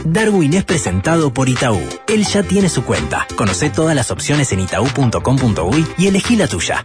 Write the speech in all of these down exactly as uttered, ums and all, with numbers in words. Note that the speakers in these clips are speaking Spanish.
Darwin es presentado por Itaú. Él ya tiene su cuenta. Conocé todas las opciones en itaú punto com punto uy y elegí la tuya.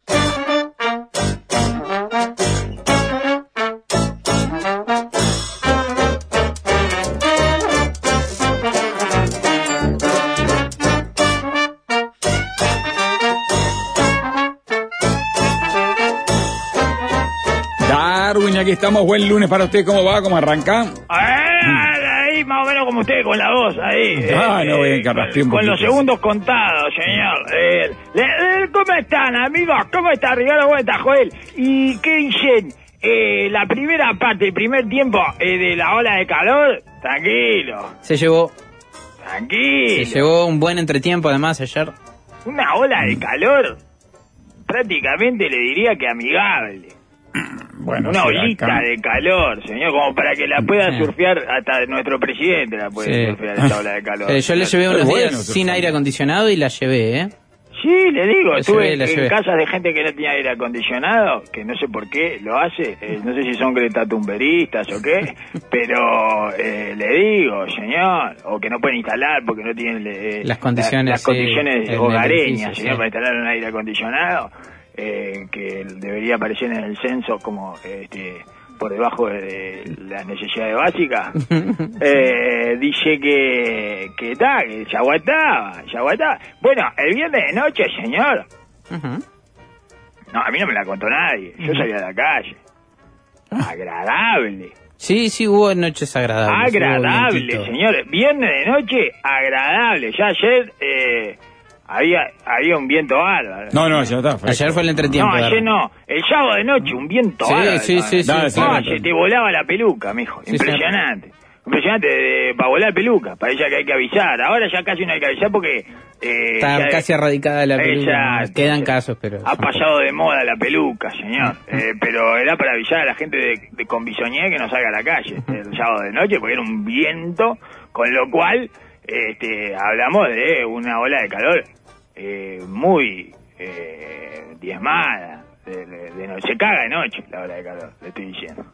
Darwin, aquí estamos. Buen lunes para usted. ¿Cómo va? ¿Cómo arranca? Ahí, más o menos como usted, con la voz, ahí. Ah, eh, no, eh, bien, que raspé un Con poquito. los segundos contados, señor. Eh, le- eh, ¿Cómo están, amigos? ¿Cómo está, Ricardo? ¿Cómo está, Joel? ¿Y qué dicen? Eh, la primera parte, el primer tiempo eh, de la ola de calor, tranquilo, Se llevó, tranquilo. se llevó un buen entretiempo además ayer. Una ola de calor, prácticamente le diría que amigable. Bueno, Una sí, olita acá- de calor, señor, como para que la pueda Sí. surfear, hasta nuestro presidente la puede Sí. surfear esta ola de calor. Eh, yo le llevé señor. unos bueno, días surfando. sin aire acondicionado y la llevé, ¿eh? Sí, le digo, La estuve llevé, la en llevé. casas de gente que no tenía aire acondicionado, que no sé por qué lo hace, eh, no sé si son Greta Thunbergistas o qué, pero eh, le digo, señor, o que no pueden instalar porque no tienen eh, Las condiciones, la- las sí, condiciones en el hogareñas, edificio, señor, sí. para instalar un aire acondicionado, eh, que debería aparecer en el censo como este por debajo de las necesidades básicas, eh, dice que que está, que se aguantaba, se aguantaba. Bueno, el viernes de noche, señor, Ujú. no, a mí no me la contó nadie, yo salí a la calle. Agradable, Sí, sí, hubo noches agradables. hubo agradable, vientito. señor, viernes de noche, agradable. Ya ayer eh, había había un viento bárbaro. No, no, ya está. fue Ayer eso. fue el entretiempo. No, ayer Darwin. no. El sábado de noche, un viento Sí, bárbaro. sí, sí, sí, Dale, sí. No, sí. se te volaba la peluca, mijo. Sí, Impresionante. Impresionante de, para volar peluca. Parece que hay que avisar. Ahora ya casi no hay que avisar porque... Eh, Está ya- casi erradicada la peluca. Exacto. Quedan casos, pero... Ha son pasado de moda la peluca, señor. Eh, pero era para avisar a la gente de, de con bisoñé que no salga a la calle el sábado de noche porque era un viento, con lo cual este, hablamos de una ola de calor eh, muy eh, diezmada. De, de- de no- se caga de noche la ola de calor, le estoy diciendo.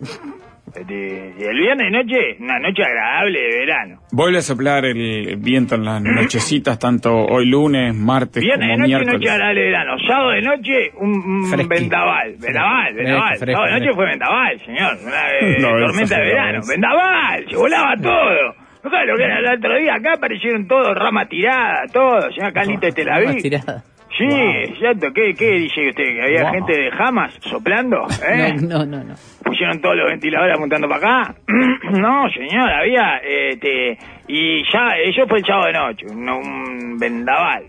Este, y el viernes de noche, una noche agradable de verano. Vuelve a soplar el viento en las nochecitas, tanto hoy lunes, martes Viernes de como noche, miércoles. noche agradable de verano. Sábado de noche, un, un Fresquito. vendaval. Vendaval, Fresco, vendaval. fresco, Sábado de noche fresco. fue vendaval, señor. Una eh, No, tormenta eso de sí, verano. no, Vendaval, se volaba todo. ¿No sabes lo que era el otro día? Acá aparecieron todos, rama tirada, todo. Señor Calito de Tel Ramas Aviv. tiradas. Sí, cierto. ¿Qué, ¿Qué dice usted? ¿Que había Wow. gente de Hamas soplando? ¿Eh? No, no, no, no. Pusieron todos los ventiladores apuntando para acá. No, señor, había, este, y ya, eso fue el sábado de noche, un, un vendaval.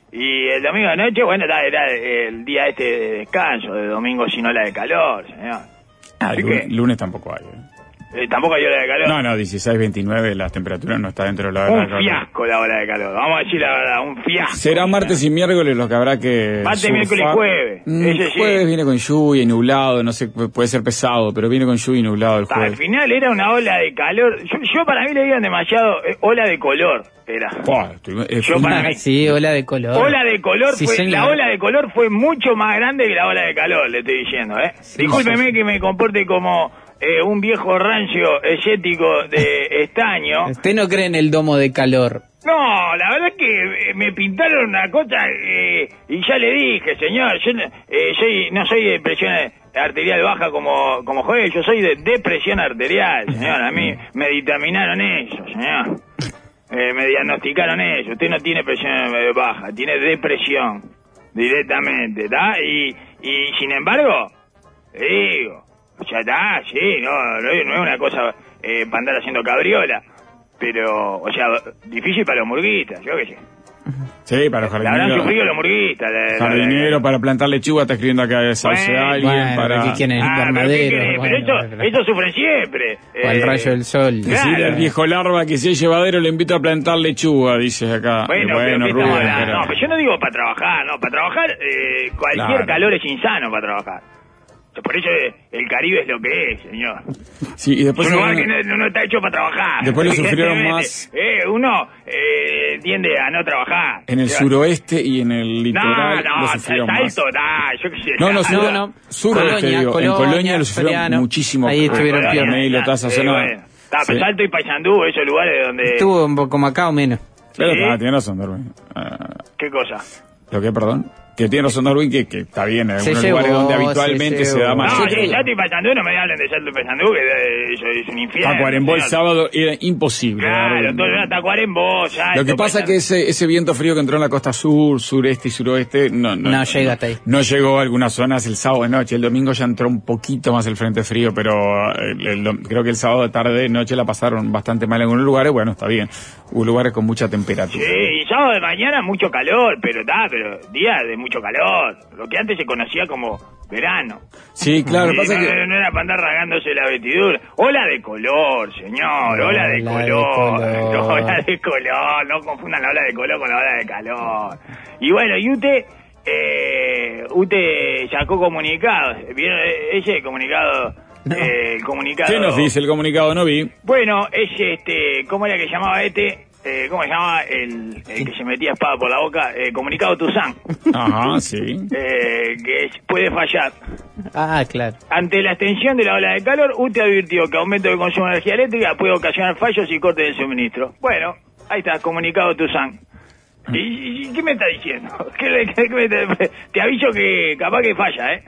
Y el domingo de noche, bueno, era, era el día este de descanso, de domingo sin ola de calor, señor. Ah, Así lunes, que, lunes tampoco hay. ¿eh? eh, tampoco hay ola de calor. No, no, dieciséis, veintinueve, las temperaturas no está dentro de la Un la- fiasco la ola de calor, vamos a decir la verdad, un fiasco. Será martes y miércoles lo que habrá que Martes, surfar. miércoles y jueves. Mm, Ese sí. Jueves viene con lluvia y nublado, no sé, puede ser pesado, pero viene con lluvia y nublado el Al jueves. final era una ola de calor, yo, yo para mí le dieron demasiado, eh, ola de color, era. Buah, estuvimos- eh, Yo fue para una- mí- Sí, ola de color. Ola de color Sí, fue, señor. la ola de color fue mucho más grande que la ola de calor, le estoy diciendo, ¿eh? Sí, Discúlpeme sí, sí. que me comporte como eh, un viejo rancio escético de estaño. Usted no cree en el domo de calor. No, la verdad es que eh, me pintaron una cosa eh, y ya le dije, señor, yo eh, soy, no soy de presión arterial baja como, como Joel, yo soy de depresión arterial, señor. A mí me dictaminaron eso, señor. Eh, me diagnosticaron eso. Usted no tiene presión eh, baja, tiene depresión directamente, ¿está? Y, y sin embargo, le digo, ya está, sí, no, no, es- no es una cosa eh, para andar haciendo cabriola, pero, o sea, difícil para los murguistas, yo qué sé. Sí, para los La habrán jardineros. sufrido los murguistas. la- la- Jardinero para plantar lechuga, está escribiendo acá salse Bueno, a alguien bueno, para ¿qué quieren? Ah, pero, ¿qué Invernadero, querés? bueno, pero bueno. eso, eso sufren siempre. O al Eh, rayo del sol. Claro. decirle al viejo larva que si es llevadero le invito a plantar lechuga, dices acá. Bueno, Y bueno, pero ¿qué Rubén, estamos hablando? pero- No, pero yo no digo para trabajar, no, para trabajar eh, cualquier Claro. calor es insano para trabajar. Por eso eh, el Caribe es lo que es, señor. Sí, y después Es un lugar se- que no, no está hecho para trabajar. Después lo sufrieron Evidentemente. más. Eh, uno eh, tiende a no trabajar. en el Ya. suroeste y en el No, litoral no, lo está sufrieron más. alto, nah, yo qué sé. No, no, nah, sur, no, no. suroeste, Colonia, digo. en Colonia, Colonia lo sufrieron Soriano. muchísimo. Ahí estuvieron Colonia, pioneros. Meilo, toda esa eh, zona. bueno, Ah, pero Sí. Salto y Paysandú, esos lugares donde... Estuvo un poco acá o menos. Pero ¿Sí? ah, tiene razón, Darwin. Ah, ¿Qué cosa? ¿Lo que, perdón? Que tiene razón, Darwin, que, que está bien en Se algunos llevó, lugares donde se habitualmente se, llevó. da más. No, Yo sí, creo que Salto y Paysandú, no me hablen de Salto y Paysandú, que eh, eso es un infierno. Tacuarembó el señor. sábado era imposible. Claro, Darwin. entonces era Tacuarembó, Salto, Lo que pasa es que ese, ese viento frío que entró en la costa sur, sureste y suroeste no, no, No llega hasta ahí. No llegó a algunas zonas el sábado de noche. El domingo ya entró un poquito más el frente frío, pero el- el dom- creo que el sábado de tarde noche la pasaron bastante mal en algunos lugares. Bueno, está bien. Hubo lugares con mucha temperatura. Sí, y sábado de mañana mucho calor, pero está, pero día de mucho calor. Lo que antes se conocía como verano. Sí, claro. Sí, pasa no, que no era para andar ragándose la vestidura. Ola de color, señor, ola de Ola de color. color. Ola de color, no confundan la ola de color con la ola de calor. Y bueno, y usted, eh, usted sacó comunicados. ¿Vieron ese comunicado? No. Eh, el comunicado. ¿qué nos dice el comunicado? No vi. Bueno, es este, ¿cómo era que llamaba este? Eh, ¿Cómo se llamaba el, el que se metía espada por la boca? Eh, comunicado Tuzán. Ajá, sí. Eh, que es- puede fallar. Ah, claro. Ante la extensión de la ola de calor, usted advirtió que aumento del consumo de energía eléctrica puede ocasionar fallos y cortes del suministro. Bueno, ahí está, comunicado Tuzán. ¿Y, y- y qué me está diciendo? ¿Qué, le- qué me te, te aviso que capaz que falla, ¿eh?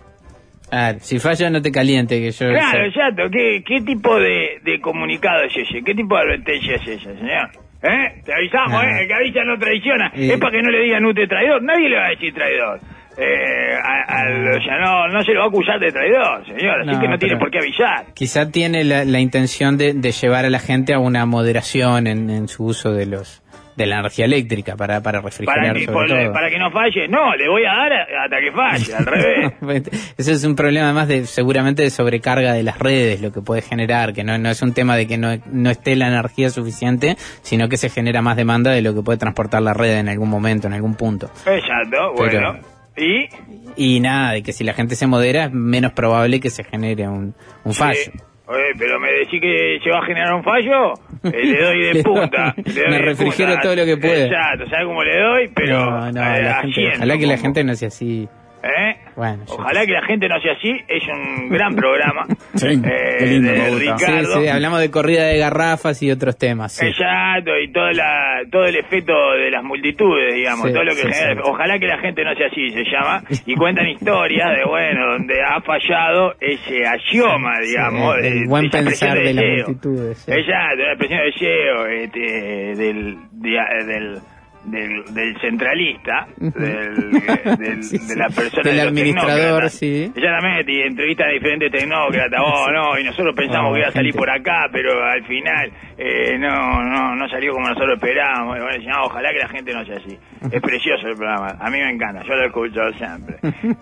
Ah, si falla no te caliente, que yo... Claro, sé. exacto. ¿Qué, qué tipo de, de comunicado es ese? ¿Qué tipo de advertencia es esa, señor? ¿Eh? Te avisamos, Ah. ¿eh? El que avisa no traiciona. Y- Es para que no le digan usted traidor. Nadie le va a decir traidor. Eh, a- al- o sea, no, no se lo va a acusar de traidor, señor. Así No, que no tiene pero- por qué avisar. Quizá tiene la, la intención de, de llevar a la gente a una moderación en, en su uso de los de la energía eléctrica para, para Para refrigerar que, sobre por- todo. para que no falle. No, le voy a dar a- hasta que falle, al revés. Ese es un problema además de seguramente de sobrecarga de las redes, lo que puede generar, que no, no es un tema de que no, no esté la energía suficiente, sino que se genera más demanda de lo que puede transportar la red en algún momento, en algún punto. Exacto, bueno. ¿Y? Y nada, de que si la gente se modera es menos probable que se genere un, un fallo. Sí. Oye, pero me decís que se va a generar un fallo, eh, le doy de Le punta. doy- le doy me de refrigero punta. todo lo que puede. Exacto, ¿sabes cómo le doy? Pero no, no, eh, la gente, haciendo, ojalá que la como- gente no sea así. ¿Eh? Bueno, yo Ojalá qué que la gente no sea así, es un gran programa. Sí, eh, qué lindo, de me gusta. Sí, Ricardo. sí, hablamos de corrida de garrafas y otros temas. Sí. Exacto, y toda la, todo el efecto de las multitudes, digamos, Sí, todo lo que sí, genera. sí. Ojalá que la gente no sea así, se llama, y cuentan historias de, bueno, donde ha fallado ese axioma, digamos, Sí, el de, buen de esa expresión pensar de las deseo. multitudes, sí. Exacto, la expresión de deseo, este, del, de- del, del, del centralista, del, del- Sí, de sí. la persona Del de los administrador, tecnócratas. sí. Exactamente, y entrevistan a diferentes tecnócratas, oh, no, y nosotros pensamos Oh, que iba a salir gente. por acá, pero al final eh, no, no, no salió como nosotros esperábamos. Y bueno, decían, "Ah, ojalá que la gente no sea así". Es precioso el programa, a mí me encanta, yo lo escucho siempre.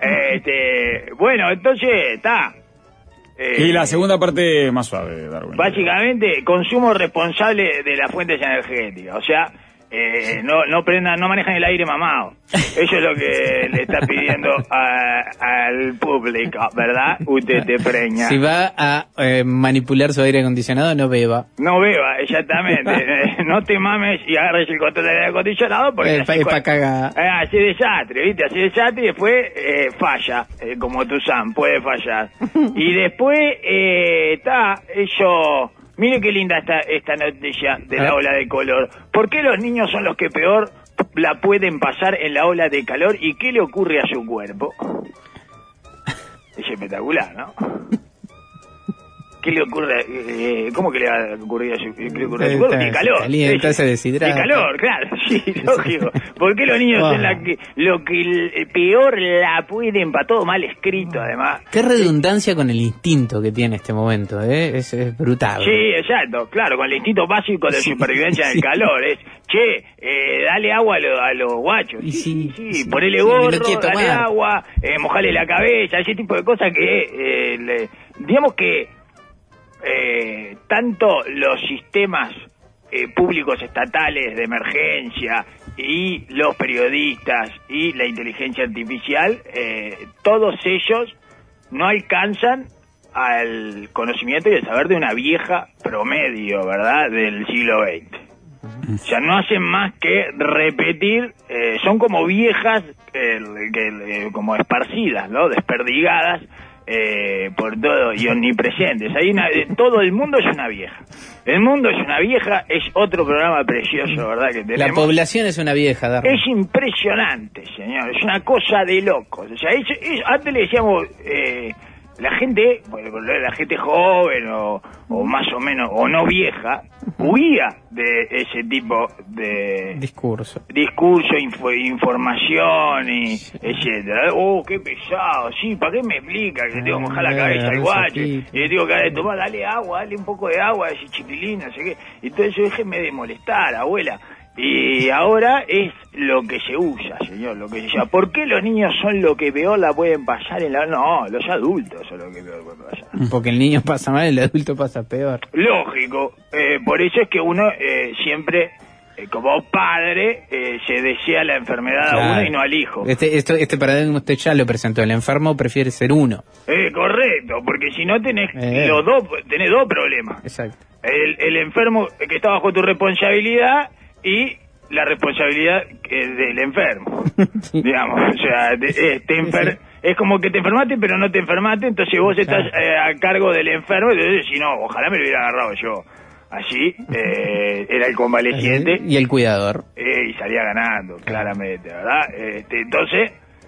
este, bueno, entonces, está. Eh, Y la segunda parte más suave, Darwin. Básicamente, consumo responsable de las fuentes energéticas, o sea, eh, no no prendan, no manejan el aire mamado. Eso es lo que le está pidiendo a- al público, ¿verdad? Usted te preña. Si va a eh, manipular su aire acondicionado, no beba. No beba, exactamente. Eh, no te mames y agarres el control del aire acondicionado porque... Es así pa- es cua- pa' cagar. Eh, así desastre, ¿viste? Así desastre y después eh, falla, eh, como tu Sam, puede fallar. Y después está, eso... Mire qué linda esta, esta noticia de la Ah. ola de calor. ¿Por qué los niños son los que peor la pueden pasar en la ola de calor y qué le ocurre a su cuerpo? Es espectacular, ¿no? ¿Qué le ocurre? Eh, ¿Cómo que le va a ocurrir a su, qué le ocurre a su cuerpo? Está- El calor. se calienta, Es- se deshidrata. El calor, claro, sí, lógico. ¿Por qué los niños Ah. son la que, lo que el- peor la pueden, para todo mal escrito, además? Qué redundancia con el instinto que tiene este momento, ¿eh? Es, es brutal. Sí, exacto, claro, con el instinto básico de Sí, supervivencia sí. del calor. Es, che, eh, dale agua a, lo- a los guachos. Y Sí, sí, sí, sí, ponele sí, gorro, lo quiere dale tomar. agua, eh, mojale la cabeza, ese tipo de cosas que, eh, le- digamos que eh, tanto los sistemas eh, públicos estatales de emergencia y los periodistas y la inteligencia artificial, eh, todos ellos no alcanzan al conocimiento y al saber de una vieja promedio, ¿verdad?, del siglo veinte. O sea, no hacen más que repetir, eh, son como viejas, eh, que, eh, como esparcidas, ¿no?, desperdigadas eh, por todo y omnipresentes. Hay una, eh, todo el mundo es una vieja. El mundo es una vieja, es otro programa precioso, ¿verdad? Que tenemos. La población es una vieja, Darwin. Es impresionante, señor, es una cosa de locos. O sea, es, es, antes le decíamos, eh, la gente, la gente joven o, o más o menos, o no vieja, huía de ese tipo de discurso, discurso, info, información y etcétera. Oh, qué pesado, sí, ¿para qué me explica que tengo que mojar la cabeza al guacho? Y le digo que de tomar, dale agua, dale un poco de agua, ese chiquilín, no sé qué. Entonces déjeme de molestar, abuela. Y ahora es lo que se usa, señor, lo que se llama. ¿Por qué los niños son lo que peor la pueden pasar en la... No, los adultos son lo que peor pueden pasar. Porque el niño pasa mal, el adulto pasa peor. Lógico, eh, por eso es que uno eh, siempre, eh, como padre, eh, se desea la enfermedad claro. a uno y no al hijo. Este, esto, este paradigma usted ya lo presentó, el enfermo prefiere ser uno. Eh, correcto, porque si no tenés eh. los dos, tenés dos problemas. Exacto. El, el enfermo que está bajo tu responsabilidad y la responsabilidad del enfermo, sí. digamos, o sea, te, eh, te enfer es como que te enfermaste pero no te enfermaste, entonces vos estás eh, a cargo del enfermo, entonces si no, ojalá me lo hubiera agarrado yo, así, eh, era el convaleciente. Y el cuidador. Eh, y salía ganando, claramente, ¿verdad? Este, entonces,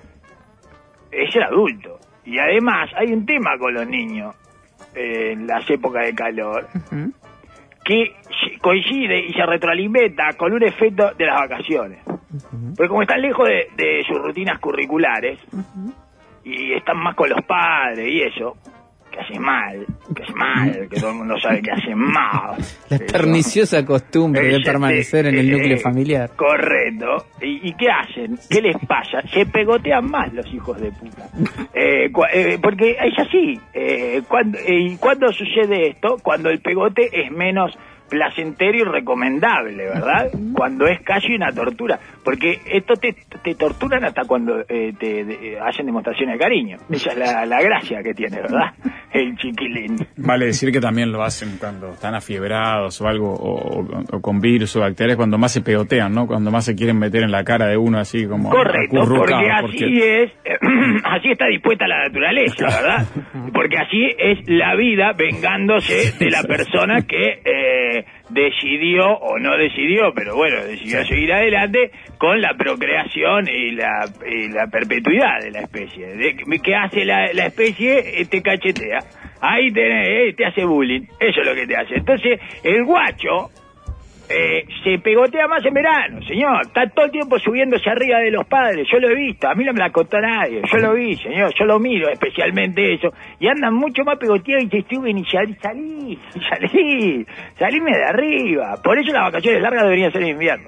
es el adulto, y además hay un tema con los niños, eh, en las épocas de calor, uh-huh. que coincide y se retroalimenta con un efecto de las vacaciones. Uh-huh. Porque como están lejos de, de sus rutinas curriculares, uh-huh. y están más con los padres y eso, que hacen mal, que es mal, que todo el mundo sabe que hacen mal. La eso. perniciosa costumbre Ella de permanecer te, en el núcleo eh, familiar. Correcto. ¿Y, ¿Y qué hacen? ¿Qué les pasa? Se pegotean más los hijos de puta. Eh, cu- eh, porque es así. Eh, cuando, eh, ¿Cuándo sucede esto? Cuando el pegote es menos placentero y recomendable, ¿verdad? Cuando es casi una tortura, porque esto te, te torturan hasta cuando eh, te de, hacen demostraciones de cariño. Esa es la, la gracia que tiene, ¿verdad? El chiquilín. Vale decir que también lo hacen cuando están afiebrados o algo, o, o, o con virus o bacterias, cuando más se pegotean, ¿no? Cuando más se quieren meter en la cara de uno así como... Correcto, porque así porque... es, eh, así está dispuesta la naturaleza, ¿verdad? Porque así es la vida vengándose de la persona que... Eh, decidió o no decidió, pero bueno, decidió sí. seguir adelante con la procreación y la, y la perpetuidad de la especie. De, ¿Qué hace la, la especie? Te cachetea. Ahí tenés, eh, te hace bullying. Eso es lo que te hace. Entonces, el guacho eh, se pegotea más en verano, señor. Está todo el tiempo subiéndose arriba de los padres. Yo lo he visto. A mí no me la contó nadie. Yo lo vi, señor. Yo lo miro, especialmente eso. Y andan mucho más pegoteados y te suben y salí, salí, salí. Salíme de arriba. Por eso las vacaciones largas deberían ser en invierno.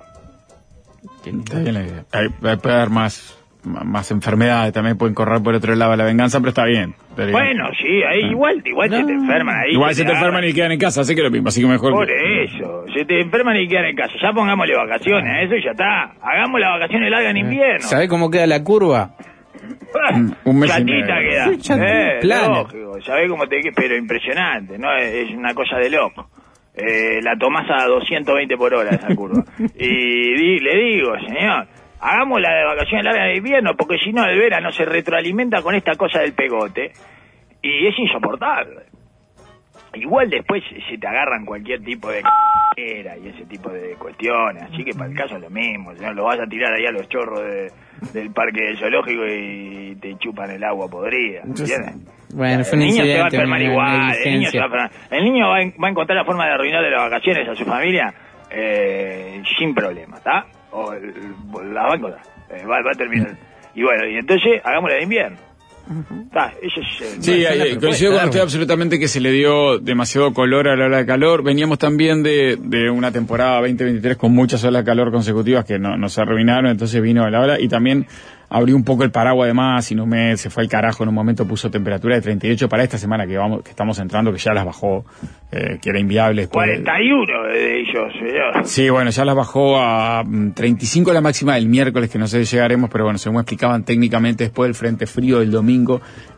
Está bien la idea. Hay, puede haber más... más enfermedades, también pueden correr por otro lado la venganza, pero está bien. Pero bueno, sí, ahí ah. igual, igual no. se te enferman ahí. Igual se te, te enferman y quedan en casa, así que lo mismo, así que mejor. Por que... eso, se te enferman y quedan en casa. Ya pongámosle vacaciones, a eso y ya está. Hagamos las vacaciones largas en invierno. ¿Sabés cómo queda la curva? Un mes chatita y queda. Sí, chatita, eh, plano. Lógico, sabés cómo te queda, pero impresionante, ¿no? Es una cosa de loco. Eh, la tomás a doscientos veinte por hora esa curva. Y di, le digo, señor, hagamos la de vacaciones largas de invierno, porque si no el verano se retroalimenta con esta cosa del pegote y es insoportable. Igual después se te agarran cualquier tipo de c***era y ese tipo de cuestiones, así que para el caso es lo mismo, ¿no? Lo vas a tirar ahí a los chorros de, del parque del zoológico y te chupan el agua podrida, ¿entiendes? Bueno, fue el un niño se va a incidente, enfermar una igual, el niño, se va a negligencia. enfermar. El niño va, a, va a encontrar la forma de arruinarle las vacaciones a su familia eh, sin problema, ¿está? O la va a encontrar, eh, va, va a terminar. Y bueno, y entonces hagámosla de invierno. Uh-huh. Ah, eso es, eh, sí, no eh, coincido con usted absolutamente que se le dio demasiado color a la ola de calor. Veníamos también de, de una temporada veinte veintitrés con muchas olas de calor consecutivas que no, nos arruinaron, entonces vino la ola y también abrió un poco el paraguas de más, Inhumed se fue al carajo en un momento, puso temperatura de treinta y ocho para esta semana que vamos que estamos entrando, que ya las bajó, eh, que era inviable. cuarenta y uno de ellos, señor. Sí, bueno, ya las bajó a treinta y cinco la máxima del miércoles, que no sé si llegaremos, pero bueno, según explicaban técnicamente después del frente frío del domingo,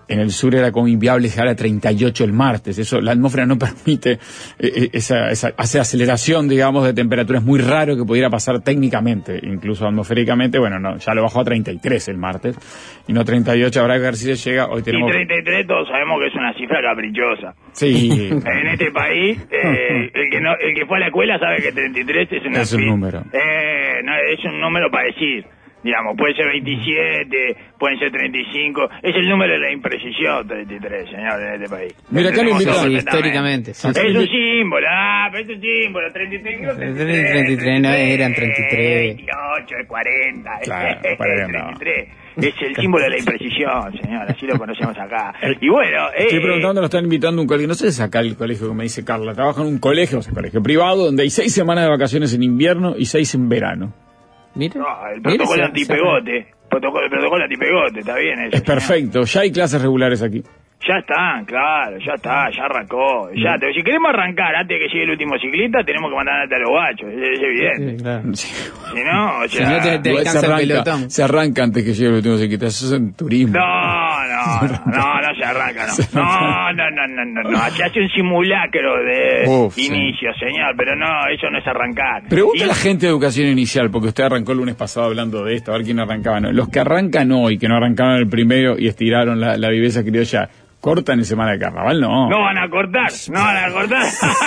en el sur era como inviable llegar a treinta y ocho el martes. Eso, la atmósfera no permite eh, esa, esa, esa aceleración, digamos, de temperatura. Es muy raro que pudiera pasar técnicamente, incluso atmosféricamente. Bueno, no, ya lo bajó a treinta y tres el martes, y no treinta y ocho. Habrá que ver si se llega. Hoy tenemos... Y treinta y tres todos sabemos que es una cifra caprichosa. Sí. En este país, eh, el que no, el que fue a la escuela sabe que treinta y tres es, una es un número. Eh, no, es un número para decir. Digamos, puede ser veintisiete, pueden ser treinta y cinco. Es el número de la imprecisión, treinta y tres, señor, en este país. Mira, acá lo invitan. Sí, históricamente. Sí. Es un símbolo, ah, pero es un símbolo. treinta y tres, treinta y tres, no, eran treinta y tres. veintiocho, cuarenta. Claro, para treinta y tres. Es el símbolo de la imprecisión, señor, así lo conocemos acá. Y bueno... Eh, Estoy preguntando, lo están invitando a un colegio, no sé si es acá el colegio que me dice Carla, trabaja en un colegio, o sea, colegio privado, donde hay seis semanas de vacaciones en invierno y seis en verano. Mira, no, el protocolo mira, antipegote, protocolo, el protocolo antipegote, está bien eso. Es perfecto, ya hay clases regulares aquí. Ya están, claro, ya está, ya arrancó. Ya, te, si queremos arrancar antes de que llegue el último ciclista, tenemos que mandar a los guachos, es, es evidente. Sí, claro. Sí. Si no, o sea... Si no te, te alcanza se, arranca, el pelotón. se arranca antes que llegue el último ciclista, eso es en turismo. No, no, no, no, no se arranca, no. No, no, no, no, no, no. Se hace un simulacro de Uf, inicio, sí. señor, pero no, eso no es arrancar. Pregunta Y... a la gente de educación inicial, porque usted arrancó el lunes pasado hablando de esto, a ver quién arrancaba. ¿No? Los que arrancan hoy, que no arrancaron el primero y estiraron la, la viveza criolla, ¿cortan en semana de carnaval? No. No van a cortar, no van a cortar.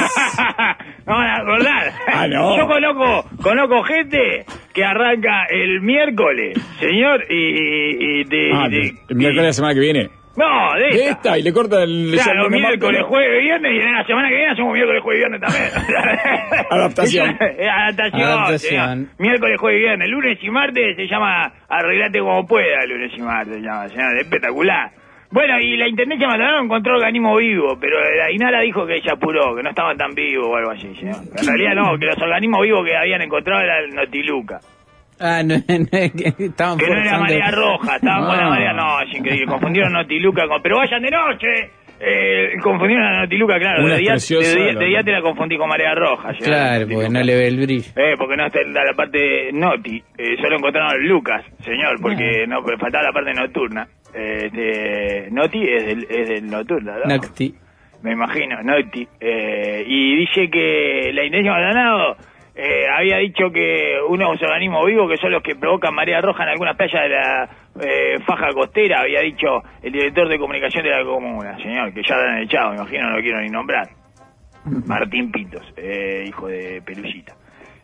No van a cortar. Ah, no. Yo conozco, conozco gente que arranca el miércoles, señor, y... y, y de, Ah, de- el miércoles de la semana que viene. No, de De esta. esta, y le cortan el... Claro, el miércoles, martes, jueves, viernes, y en la semana que viene hacemos miércoles, jueves, viernes también. Adaptación. Es adaptación. Adaptación. Señor. Miércoles, jueves, viernes. Lunes y martes se llama Arreglate como pueda, lunes y martes se llama, señor. Es espectacular. Bueno, y la Intendencia de Maldonado encontró organismo vivo, pero la INALA dijo que ella apuró, que no estaban tan vivos o algo así, señor. En realidad no, que los organismos vivos que habían encontrado era el Notiluca. Ah, no, no, que estaban Que no era forzando. marea roja, estaban con la Ah. marea... No, es increíble, confundieron Notiluca con... Pero vayan de noche. Eh, confundieron a Notiluca, claro. Una De día, preciosa, de, día, la de día verdad. te la confundí con marea roja. señor, Claro, Notiluca. porque no le ve el brillo. Eh, porque no está la, la parte Noti, eh, solo encontraron Lucas, señor, porque no porque faltaba la parte nocturna. Eh, de, Noti es del, es del nocturno, ¿no? Nocti. Me imagino, Noti. Eh, y dice que la Intendencia de Maldonado eh, había dicho que unos organismos vivos que son los que provocan marea roja en algunas playas de la eh, faja costera, había dicho el director de comunicación de la comuna, señor, que ya lo han echado, me imagino, no lo quiero ni nombrar. Martín Pintos, eh, hijo de Pelullita.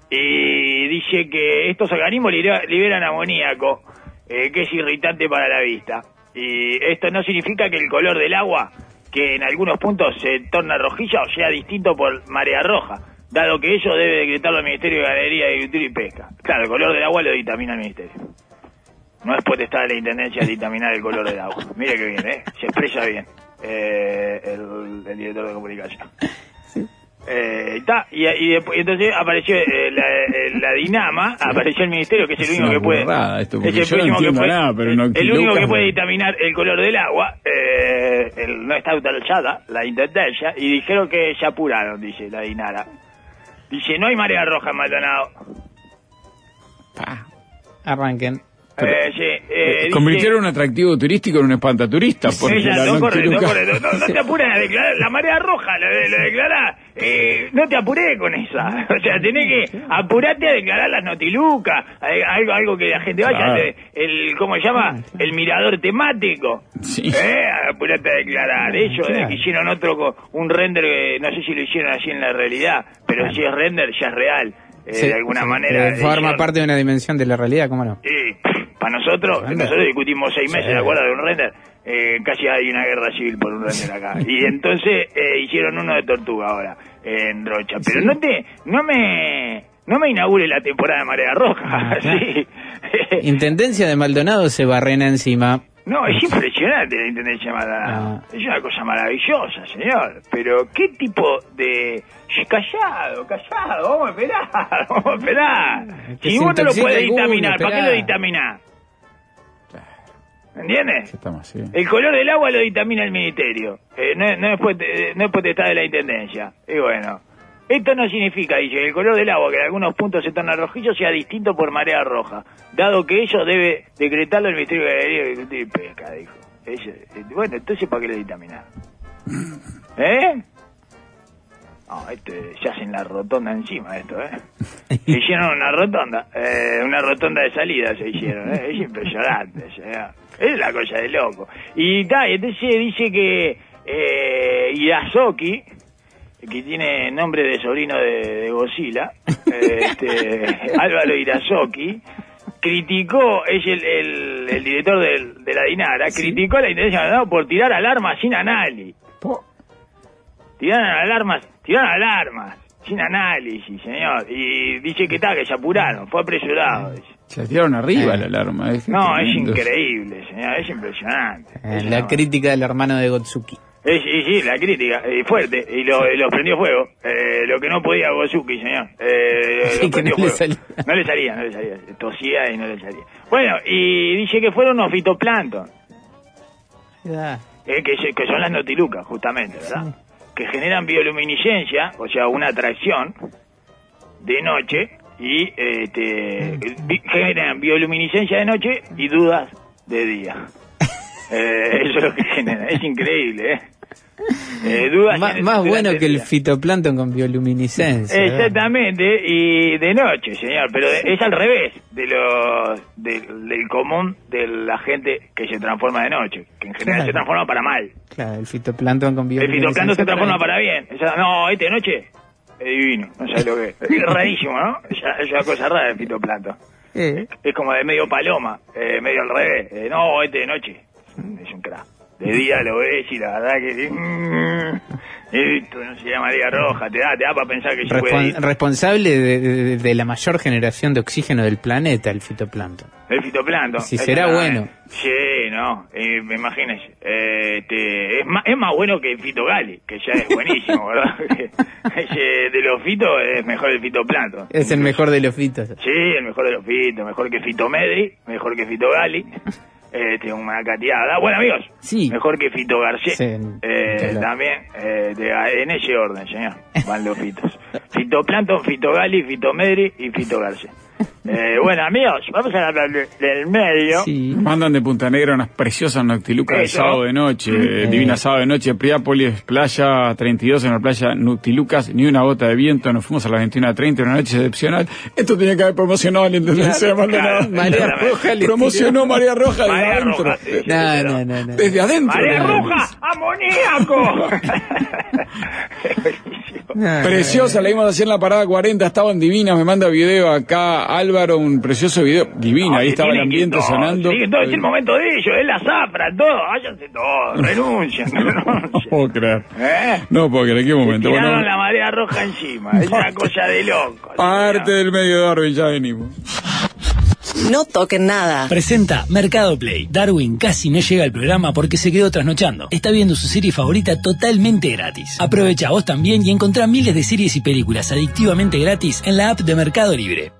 Y dice que estos organismos libera- liberan amoníaco, eh, que es irritante para la vista. Y esto no significa que el color del agua, que en algunos puntos se torna rojilla, o sea distinto por marea roja, dado que ello debe decretarlo el Ministerio de Ganadería, Agricultura y Pesca. Claro, el color del agua lo dictamina el Ministerio. No es potestad de la Intendencia dictaminar el color del agua. Mire que bien, ¿eh? Se expresa bien eh, el, el director de comunicación. Eh, y, ta, y, y, después, y entonces apareció eh, la, eh, la Dinama, apareció el Ministerio, que es el Es único una que puede... burrada esto, porque es el yo no próximo que entiendo puede- nada, pero el, no- el único que Lucas- puede dictaminar el color del agua, eh, el, no está autorizada, la Intendencia, y dijeron que se apuraron, dice la Dinara. Dice, no hay marea roja en Maldonado. Pa. Arranquen. Pero- Eh, sí, eh, dice- Convirtieron un atractivo turístico en un espantaturista. Porque Ella, la no, correcto, Noctiluca- correcto. No, no te apures a declarar la marea roja, lo, lo declarás. Eh, no te apuré con esa. O sea, tenés que apurarte a declarar las notilucas, eh, algo, algo que la gente vaya, Claro. el, el- ¿cómo se llama? El mirador temático. Sí. Eh, apurate a declarar. Ellos Claro. eh, que hicieron otro, co- un render, que no sé si lo hicieron así en la realidad, pero si es render, ya es real. Eh, Sí, de alguna sí, manera. eh, forma hicieron- parte de una dimensión de la realidad, ¿cómo no? y para nosotros, Render. nosotros discutimos seis meses, Sí. ¿de acuerdo? De un render. Eh, casi hay una guerra civil por un render acá. Y entonces eh, hicieron uno de Tortuga ahora, en Rocha. Pero Sí. no te, no me, no me inaugure la temporada de Marea Roja, Ah, claro. sí. Intendencia de Maldonado se barrena encima. No, es impresionante la Intendencia de Maldonado. Ah. Es una cosa maravillosa, señor. Pero, ¿qué tipo de...? Callado, callado, vamos a esperar, vamos a esperar. Que Si se vos no lo intoxica podés alguno, dictaminar, ¿para qué esperá. lo dictaminás? ¿Entiendes? Ya estamos así. El color del agua lo dictamina el Ministerio. Eh, no, es- no, es pot- eh, no es potestad de la Intendencia. Y bueno, esto no significa, dice, que el color del agua, que en algunos puntos se torna rojillo, sea distinto por marea roja, dado que ello debe decretarlo el Ministerio de Ganadería, Agricultura y Pesca, dijo. Ella, eh, bueno, entonces ¿para qué le dictaminar? ¿Eh? No, este, se hacen la rotonda encima de esto, ¿eh? Se hicieron una rotonda, eh, una rotonda de salida se hicieron, ¿eh? Es impresionante, o sea, es la cosa de loco. Y tal, entonces dice que eh, Irazoki, que tiene nombre de sobrino de, de Godzilla, eh, este, Álvaro Irazoki, criticó, es el, el, el director del, de la Dinara, ¿sí? Criticó la Intendencia Maldonado por tirar alarmas sin análisis. Tiraron alarmas, tiraron alarmas, sin análisis, señor. Y dice que está, que se apuraron, fue apresurado. Dice. Se tiraron arriba la alarma. Es no, tremendo. Es increíble, señor, es impresionante. Eh, la no. crítica del hermano de Gotsuki. Eh, sí, sí, la crítica, eh, fuerte, y lo, lo prendió fuego. Eh, lo que no podía Gotsuki, señor. Eh, sí, que no le salía. No le salía, no le salía. Tosía y no le salía. Bueno, y dice que fueron unos fitoplancton. Yeah. Eh, que, que son las notilucas, justamente, ¿verdad? Sí. Que generan bioluminiscencia, o sea, una atracción de noche, y este, bi generan bioluminiscencia de noche y dudas de día. eh, eso es lo que genera, es increíble, ¿eh? Eh, dudas más más bueno que el fitoplancton con bioluminiscencia. Exactamente, ¿verdad? Y de noche, señor, pero de, es al revés de los de, del común de la gente que se transforma de noche, que en general claro. se transforma para mal. Claro, el fitoplancton con bioluminiscencia. El fitoplancton se transforma para bien. O sea, no, este de noche es divino, no sabes lo que es. Es rarísimo, ¿no? Es, es una cosa rara el fitoplancton. ¿Eh? Es como de medio paloma, eh, medio al revés. Eh, no, este de noche es un crack. De día lo ves y la verdad que... Mmm, esto no se llama María Roja, te da, te da para pensar que se Respon puede ir. Responsable de, de, de la mayor generación de oxígeno del planeta, el fitoplancton. El fitoplancton. Si será bueno. Sí, no, eh, me imagínese. Eh, este, es, más, es más bueno que el fitogali, que ya es buenísimo, ¿verdad? Ese de los fitos es mejor el fitoplancton. Es el mejor de los fitos. Sí, el mejor de los fitos, mejor que fitomedri, mejor que fitogali. Este, una cateada. Bueno, amigos, sí. Mejor que Fito Garcés. Sí, eh, también, eh, de, en ese orden, señor. Van los fitos. Fitoplancton, Fitogali, Fitomedri y Fito Garcés. Eh, bueno, amigos, vamos a hablar de, del medio. Sí. Mandan de Punta Negra unas preciosas noctilucas de sábado de noche. Eh. Divina sábado de noche, Priápolis, playa treinta y dos en la playa Noctilucas, ni una gota de viento. Nos fuimos a las veintiuna treinta, una noche excepcional. Esto tenía que haber promocionado a la Intendencia de Maldonado. María Roja promocionó María Roja desde María adentro. Roja, sí, no, no, no, no. Desde adentro. María Roja, amoníaco. No, preciosa, la vimos así en la parada cuarenta, estaban divinas, me manda video acá Álvaro, un precioso video, divina, no, ahí estaba el ambiente todo, sonando. Sí, todo es el momento de ellos, es la zafra, todo, váyanse todos, renuncian, renuncian. No puedo creer, ¿Eh? no puedo creer, ¿qué momento? Tiraron bueno, la marea roja encima, es una cosa de loco. Parte del medio de Darwin, ya venimos. No toquen nada. Presenta Mercado Play. Darwin casi no llega al programa porque se quedó trasnochando. Está viendo su serie favorita totalmente gratis. Aprovecha vos también y encontrá miles de series y películas adictivamente gratis en la app de Mercado Libre.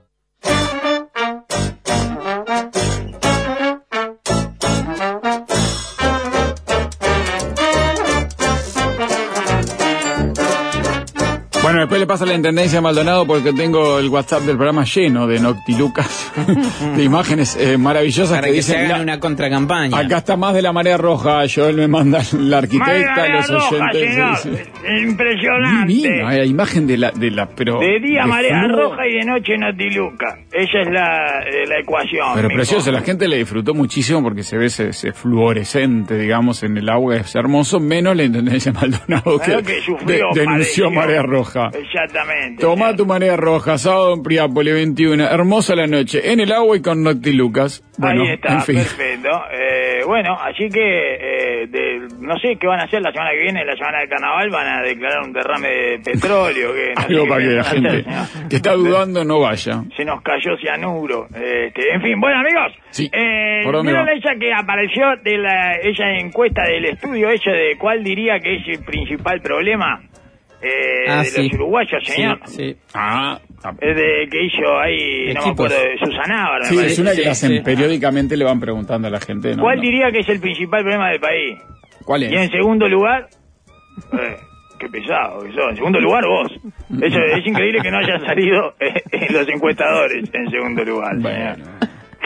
Bueno, después le pasa a la Intendencia de Maldonado porque tengo el WhatsApp del programa lleno de noctilucas, de imágenes eh, maravillosas. Para que, que dicen, se hagan una contracampaña. Acá está más de la marea roja, Joel me manda la arquitecta, marea los roja, oyentes. Señor. Sí, sí. Impresionante. Divina, la imagen de la, de la, pero... De día de marea flujo. roja y de noche notiluca. Esa es la, eh, la ecuación. Pero mijo. precioso, la gente le disfrutó muchísimo porque se ve ese, ese fluorescente, digamos, en el agua, es hermoso, menos la Intendencia de Maldonado que, que sufrió, de, denunció padeció. marea roja. Exactamente. Toma tu marea roja, sábado en Priápolis veintiuno, hermosa la noche, en el agua y con noctilucas. Bueno, ahí está, en fin. perfecto. Eh, bueno, así que, eh, de, no sé qué van a hacer la semana que viene, la semana del carnaval, van a declarar un derrame de petróleo. Que no Algo sé para qué que la van a gente hacer, que está dudando no vaya. Se nos cayó cianuro. Este, en fin, bueno, amigos. Sí. Eh, ¿Por dónde ¿vieron va? esa que apareció de la, esa encuesta del estudio ese de cuál diría que es el principal problema eh, ah, de sí. los uruguayos, señor? Sí, sí. Ah, Es de que hizo ahí, no me Equipos. acuerdo, de Susana Ábara, me sí, parece. es una que sí, hacen sí. periódicamente, le van preguntando a la gente. ¿no? ¿Cuál no. diría que es el principal problema del país? ¿Cuál Y en es? segundo lugar, eh, qué pesado que sos. En segundo lugar, vos. Eso es increíble que no hayan salido eh, eh, los encuestadores en segundo lugar. Bueno. Señor.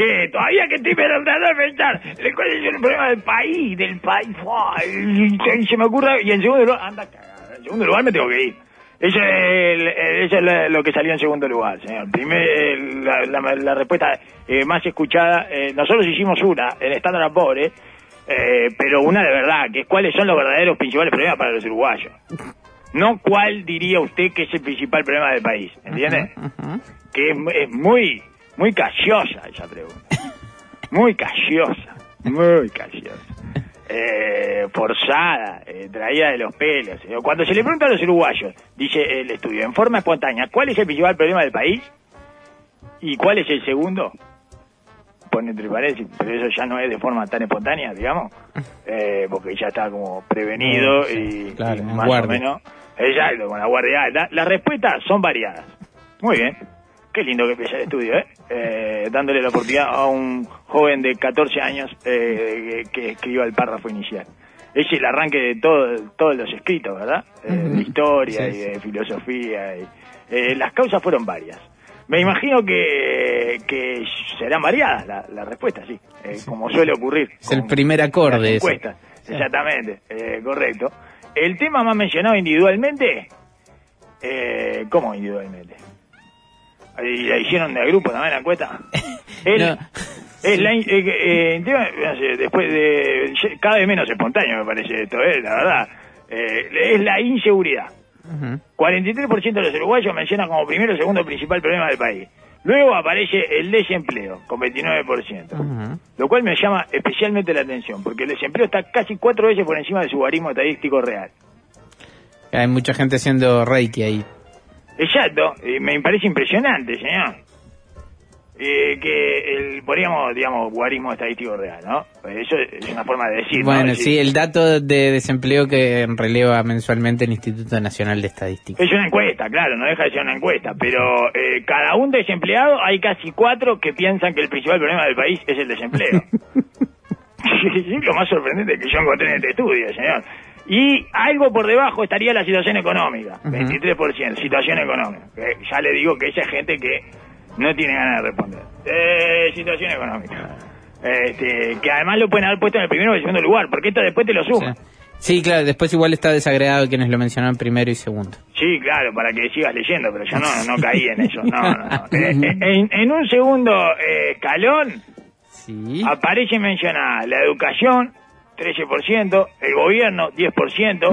¿Qué? Todavía que estoy tratando de pensar. ¿Cuál es el problema del país? Del país. Y, y se me ocurre. Y en segundo lugar, anda cagada. En segundo lugar me tengo que ir. Eso es, eso es lo que salió en segundo lugar, señor. Primer, la, la, la respuesta eh, más escuchada. Eh, nosotros hicimos una, el estándar pobre, eh, pero una de verdad, que es cuáles son los verdaderos principales problemas para los uruguayos. No cuál diría usted que es el principal problema del país, ¿entiende? Uh-huh, uh-huh. Que es, es muy... Muy callosa esa pregunta. Muy callosa. Muy callosa. Eh, forzada, eh, traída de los pelos. Cuando se le pregunta a los uruguayos, dice el estudio, en forma espontánea, ¿cuál es el principal problema del país? ¿Y cuál es el segundo? Pone entre paréntesis, pero eso ya no es de forma tan espontánea, digamos. Eh, porque ya está como prevenido y, claro, y más guardia. o menos. Exacto, con la guardia alta. Las respuestas son variadas. Muy bien. Qué lindo que empieza el estudio, ¿eh? ¿eh? Dándole la oportunidad a un joven de catorce años eh, que, que escriba el párrafo inicial. Es el arranque de todo, todos los escritos, ¿verdad? Eh, de historia sí, y de sí. filosofía. Y, eh, las causas fueron varias. Me imagino que, que serán variadas las la respuestas, sí, eh, sí. como suele ocurrir. Es el primer acorde. Encuestas, sí. Exactamente, eh, correcto. El tema más mencionado individualmente, eh, ¿cómo individualmente? ¿Y la hicieron de grupo también la encuesta? El, no. Es la, eh, eh, no sé, después de cada vez menos espontáneo me parece esto, eh, la verdad. Eh, es la inseguridad. Uh-huh. cuarenta y tres por ciento de los uruguayos mencionan como primero o segundo principal problema del país. Luego aparece el desempleo, con veintinueve por ciento. Uh-huh. Lo cual me llama especialmente la atención, porque el desempleo está casi cuatro veces por encima de su barismo estadístico real. Hay mucha gente haciendo reiki ahí. Exacto, eh, me parece impresionante, señor. Eh, que el, podríamos, digamos, guarismo estadístico real, ¿no? Eso es una forma de decir. Bueno, ¿no? sí, el dato de desempleo que releva mensualmente el Instituto Nacional de Estadística. Es una encuesta, claro, no deja de ser una encuesta, pero eh, cada un desempleado hay casi cuatro que piensan que el principal problema del país es el desempleo. Es lo más sorprendente que yo encontré en este estudio, señor. Y algo por debajo estaría la situación económica, uh-huh. veintitrés por ciento, situación económica. Que ya le digo que esa gente que no tiene ganas de responder. Eh, situación económica. Este, que además lo pueden haber puesto en el primero o el segundo lugar, porque esto después te lo suma. Sí. Sí, claro, después igual está desagregado quienes lo mencionaron primero y segundo. Sí, claro, para que sigas leyendo, pero yo no, no caí en eso. No, no, no. Eh, en, en un segundo eh, escalón sí. aparece mencionada la educación, trece por ciento, el gobierno, diez por ciento.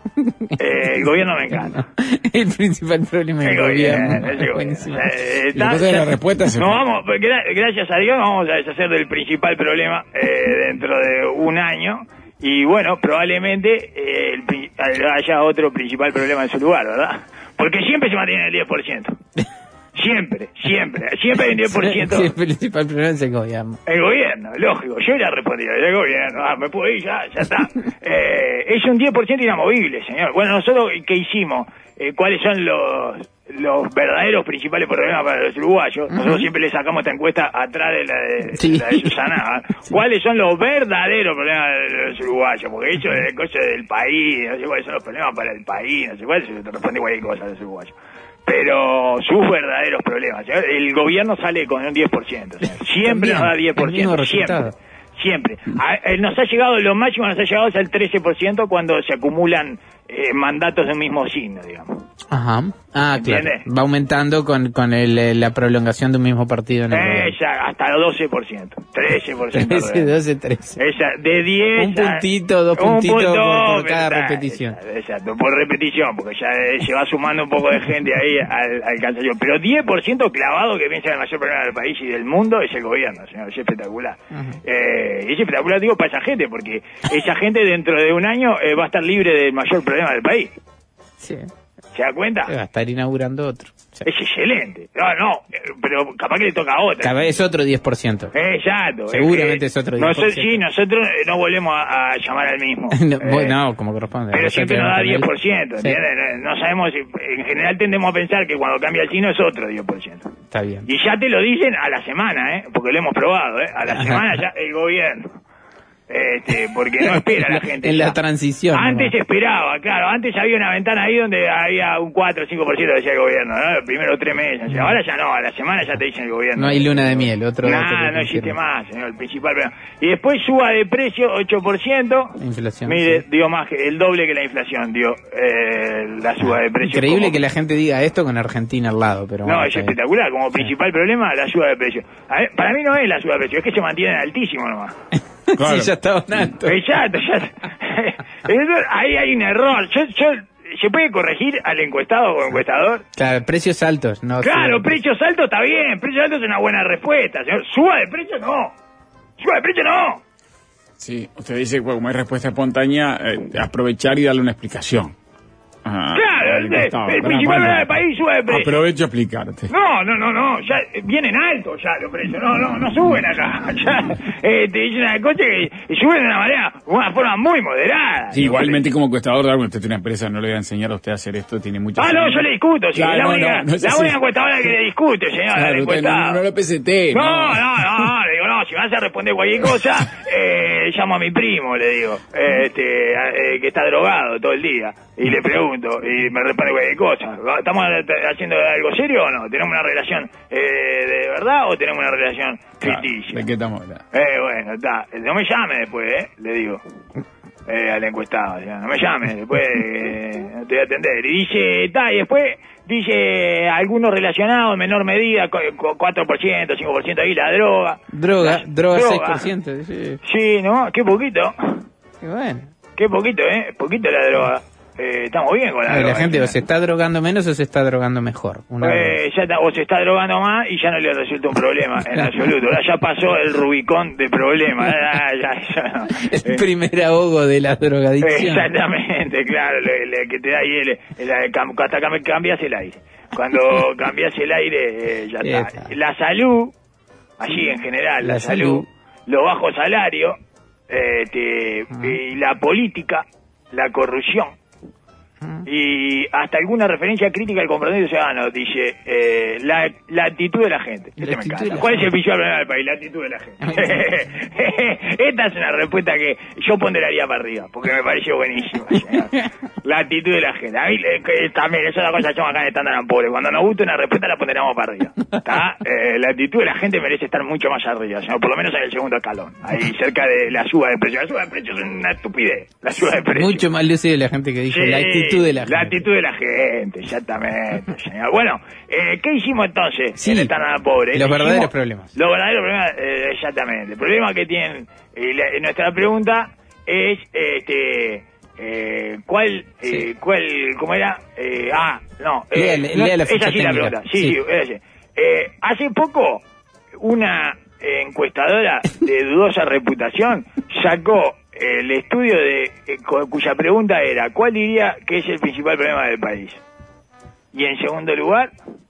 Eh, el gobierno me encanta. El principal problema del gobierno. gobierno. Buenísimo. Eh, está, ya, de la respuesta se no, vamos, gra gracias a Dios vamos a deshacer del principal problema eh, dentro de un año. Y bueno, probablemente eh, el, haya otro principal problema en su lugar, ¿verdad? Porque siempre se mantiene el diez por ciento. Siempre, siempre, siempre hay un diez por ciento. Sí, el principal problema es el gobierno. El gobierno, lógico. Yo ya respondí, el gobierno. Ah, me puedo ir, ya, ya está. Eh, es un diez por ciento inamovible, señor. Bueno, nosotros, ¿qué hicimos? Eh, ¿Cuáles son los, los verdaderos principales problemas para los uruguayos? Uh-huh. Nosotros siempre le sacamos esta encuesta atrás de la de, sí. la de Susana. ¿eh? Sí. ¿Cuáles son los verdaderos problemas de los uruguayos? Porque eso es cosa del país, no sé cuáles son los problemas para el país, no sé cuáles, se te responde cualquier cosa de los uruguayos. Pero sus verdaderos problemas, ¿sí? El gobierno sale con un diez por ciento, ¿sí? Siempre También, nos da diez por ciento, siempre, siempre. A, nos ha llegado, lo máximo nos ha llegado es el trece por ciento cuando se acumulan eh, mandatos de un mismo signo, digamos. Ajá. Ah, ¿entiendes? Claro. Va aumentando con, con el, la prolongación de un mismo partido en el Esa, hasta doce por ciento, trece por ciento. trece, doce, trece. Esa, de diez un puntito, dos puntitos punto, por, por cada verdad, repetición. Exacto, exacto, por repetición, porque ya eh, se va sumando un poco de gente ahí al, al cansancio. Pero diez por ciento clavado que piensa en el mayor problema del país y del mundo es el gobierno, señor. Es espectacular. Uh-huh. eh, es espectacular, digo, para esa gente, porque esa gente dentro de un año eh, va a estar libre del mayor problema del país. Sí. ¿Se da cuenta? Se va a estar inaugurando otro. Sí. Es excelente. No, no, pero capaz que le toca a otro. Cada vez es otro diez por ciento. Exacto. Seguramente es, es otro diez por ciento. Nosotros, sí, nosotros no volvemos a, a llamar al mismo. no, eh, no, como corresponde. Pero siempre nos da diez por ciento, ¿entiendes? Sí. No sabemos, en general tendemos a pensar que cuando cambia el signo es otro diez por ciento. Está bien. Y ya te lo dicen a la semana, ¿eh? Porque lo hemos probado, ¿eh? A la semana ya el gobierno. Este, porque no espera la gente. En ya. la transición. Antes ¿no? esperaba, claro. Antes había una ventana ahí donde había un cuatro o cinco por ciento decía el gobierno, ¿no? Los primeros tres meses. Ahora ya no, a la semana ya te dicen el gobierno. No hay luna de miel, otro. Nada, no existe más, señor, el principal problema. Y después suba de precio ocho por ciento. Inflación. Mire, Sí. digo más que el doble que la inflación, dio eh, la suba de precio. Increíble como... que la gente diga esto con Argentina al lado, pero No, bueno, es espectacular. Como sí. principal problema, la suba de precio. A ver, para mí no es la suba de precio, es que se mantienen altísimo nomás. Claro. Sí, ya estaban altos. Exacto, ya. Entonces, ahí hay un error. Yo, yo, ¿se puede corregir al encuestado o encuestador? Claro, precios altos, no. Claro, sí. precios altos está bien. Precios altos es una buena respuesta, señor. Suba de precio, no. Suba de precio, no. Sí, usted dice, bueno, como hay respuesta espontánea, eh, aprovechar y darle una explicación. Ah, Claro, al el, el costado. principal Bueno, problema del país sube de precio. Aprovecho a explicarte. No, no, no, no, ya eh, vienen altos ya los precios, no, no, no suben acá, ya eh, te dicen una cosa que suben de una manera, una forma muy moderada. Sí, igualmente como encuestador, bueno, usted tiene una empresa, no le voy a enseñar a usted a hacer esto, tiene muchas... Ah, no, yo le discuto, sí, Claro, la no, única, no, no es la así. única encuestadora que le discute, señor, Claro, la usted encuestada. no, no lo P C T, No, no. no, no, no, le digo, no, si me vas a responder cualquier cosa, eh, llamo a mi primo, le digo, eh, este, eh, que está drogado todo el día, y le pregunto, y me responde cualquier cosa. ¿Estamos haciendo algo serio o no? ¿Tenemos una relación eh, de verdad o tenemos una relación Claro, ficticia? ¿de qué estamos hablando? Eh, bueno, está. No me llame después, ¿eh? Le digo. Eh, al encuestado, ya. No me llame, después eh, no te voy a atender. Y dice, está, y después dice algunos relacionados en menor medida, cu- cu- cuatro por ciento, cinco por ciento ahí, la droga. Droga, La- droga, seis por ciento. Sí. Sí, ¿no? Qué poquito. Qué bueno. Qué poquito, ¿eh? Poquito la droga. Eh, estamos bien con la A ver, droga. la gente o ¿eh? se está drogando menos o se está drogando mejor. Una Eh, ya está, o se está drogando más y ya no le resulta un problema en absoluto. Ahora ya pasó el Rubicón de problema. Ya, ya, ya, no. el Eh, primer ahogo de la drogadicción. Exactamente, claro, le, le- que te da ahí el, el- el- cam- hasta que cambias el aire. Cuando cambias el aire, eh, ya Ya está. está. La salud, allí en general, la, La salud, salud. los bajos salarios, eh, te- y la política, la corrupción. Y hasta alguna referencia crítica al compromiso ciudadano, dice eh, la, la actitud de la gente. La Este me actitud encanta. de la ¿Cuál es el gente. principal problema del país? La actitud de la gente. Esta es una respuesta que yo ponderaría para arriba, porque me pareció buenísima. Señor. La actitud de la gente. A mí eh, que también, eso es una cosa que hacemos acá en Estándar and Poor's. Cuando nos gusta una respuesta la ponderamos para arriba. ¿Está? Eh, la actitud de la gente merece estar mucho más arriba, señor, por lo menos en el segundo escalón. Ahí cerca de la suba de precios. La suba de precios es una estupidez. La suba de precios. Mucho más lúcido la gente que dijo Sí, la actitud de la gente. La actitud de la gente, exactamente, señor. Bueno, eh, ¿qué hicimos entonces Sí, en el tan pobre? los verdaderos Hicimos problemas. Los verdaderos problemas, eh, exactamente. El problema que tienen, eh, la- nuestra pregunta es, este, eh, ¿cuál, Sí. eh, cuál, cómo era? Eh, ah, no, eh, Lea- lea no, la esa ficha sí la técnica. pregunta. Sí, Sí. sí, esa sí. Eh, hace poco, una eh, encuestadora de dudosa reputación sacó el estudio de eh, cu- cuya pregunta era ¿cuál diría que es el principal problema del país? Y en segundo lugar,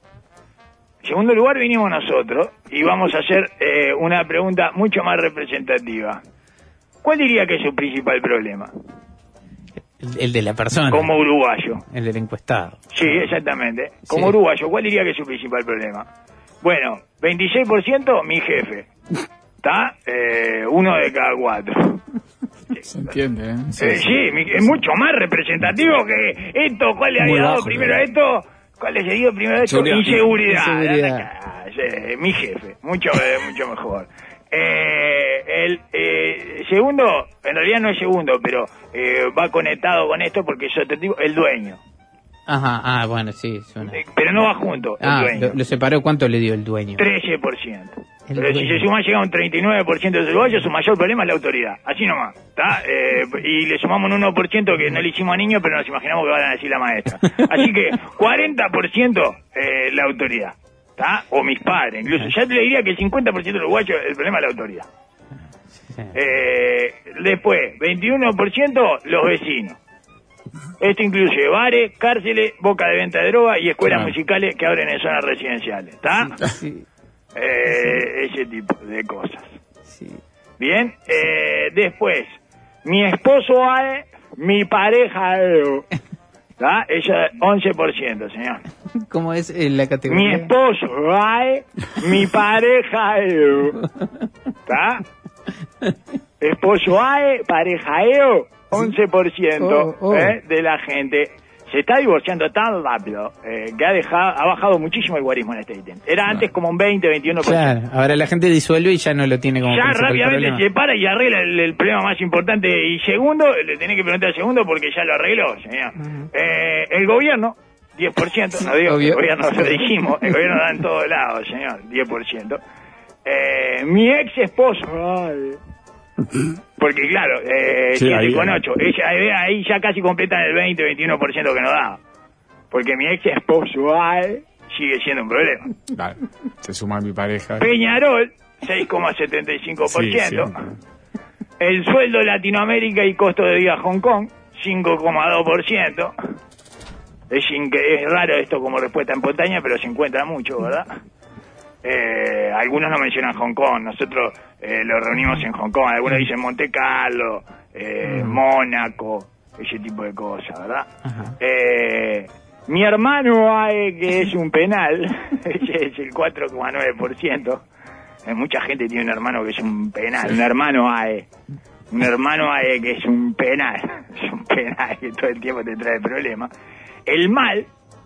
en segundo lugar vinimos nosotros y vamos a hacer eh, una pregunta mucho más representativa. ¿Cuál diría que es su principal problema? El, el de la persona. Como uruguayo. El del encuestado. Sí, exactamente. Como Sí. uruguayo, ¿cuál diría que es su principal problema? Bueno, veintiséis por ciento mi jefe. ¿Está? Eh, uno de cada cuatro. Se entiende, ¿eh? Eh, sí, mi- es mucho más representativo que esto. ¿Cuál le Muy había dado bajo, primero ¿no? a esto? ¿Cuál le había seguido primero a esto? Seguridad. Inseguridad. Inseguridad. Ah, sí, mi jefe. Mucho, eh, mucho mejor. Eh, el eh, segundo, en realidad no es segundo, pero eh, va conectado con esto porque yo te digo, el dueño. Ajá, ah, bueno, sí. Suena. Eh, Pero no va junto, el Ah, dueño. lo, lo separó. ¿Cuánto le dio el dueño? trece por ciento. El Pero si dueño. se suma llega a un treinta y nueve por ciento de los uruguayos, su mayor problema es la autoridad. Así nomás, ¿está? Eh, y le sumamos un uno por ciento que no le hicimos a niños, pero nos imaginamos que van a decir la maestra. Así que cuarenta por ciento eh, la autoridad, ¿está? O mis padres, incluso. Ya te le diría que el cincuenta por ciento de los uruguayos el problema es la autoridad. Sí. Eh, después, veintiuno por ciento los vecinos. Esto incluye bares, cárceles, boca de venta de droga y escuelas Claro. musicales que abren en zonas residenciales, ¿está? Sí, Eh, ese tipo de cosas. sí. Bien, eh, después, mi esposo A, mi pareja E, ¿está? Ella, once por ciento, señor. ¿Cómo es eh, la Mi categoría? esposo A, mi pareja E, ¿está? esposo A E, pareja E O, once por ciento Oh, oh. ¿eh? de la gente se está divorciando tan rápido eh, que ha dejado, ha bajado muchísimo el guarismo en este ítem. Era antes como un veinte, veintiuno por ciento. Claro, ahora la gente disuelve y ya no lo tiene como Ya principal rápidamente problema. se para y arregla el, el problema más importante. Y segundo, le tenés que preguntar al segundo porque ya lo arregló, señor. Uh-huh. eh, el gobierno, diez por ciento, no digo que el Obvio. gobierno, lo dijimos, el gobierno da en todos lados, señor, diez por ciento. Eh, mi ex esposo, ay, porque claro, eh, Sí, ahí, siete con ahí. ocho, ella, ahí ya casi completan el veinte, veintiuno por ciento que nos da. Porque mi ex esposo ay, sigue siendo un problema. Dale, se suma mi pareja. Peñarol, seis coma setenta y cinco por ciento. Sí, sí. El sueldo Latinoamérica y costo de vida Hong Kong, cinco coma dos por ciento. Es, es raro esto como respuesta espontánea, pero se encuentra mucho, ¿verdad? Eh, algunos no mencionan Hong Kong, nosotros eh, lo reunimos en Hong Kong, algunos dicen Monte Carlo, eh, Mónaco, ese tipo de cosas, ¿verdad? Ajá. Eh, mi hermano A E, que es un penal, ese es el cuatro coma nueve por ciento. Eh, mucha gente tiene un hermano que es un penal, un hermano A E. Un hermano A E que es un penal, es un penal que todo el tiempo te trae problemas. El mal,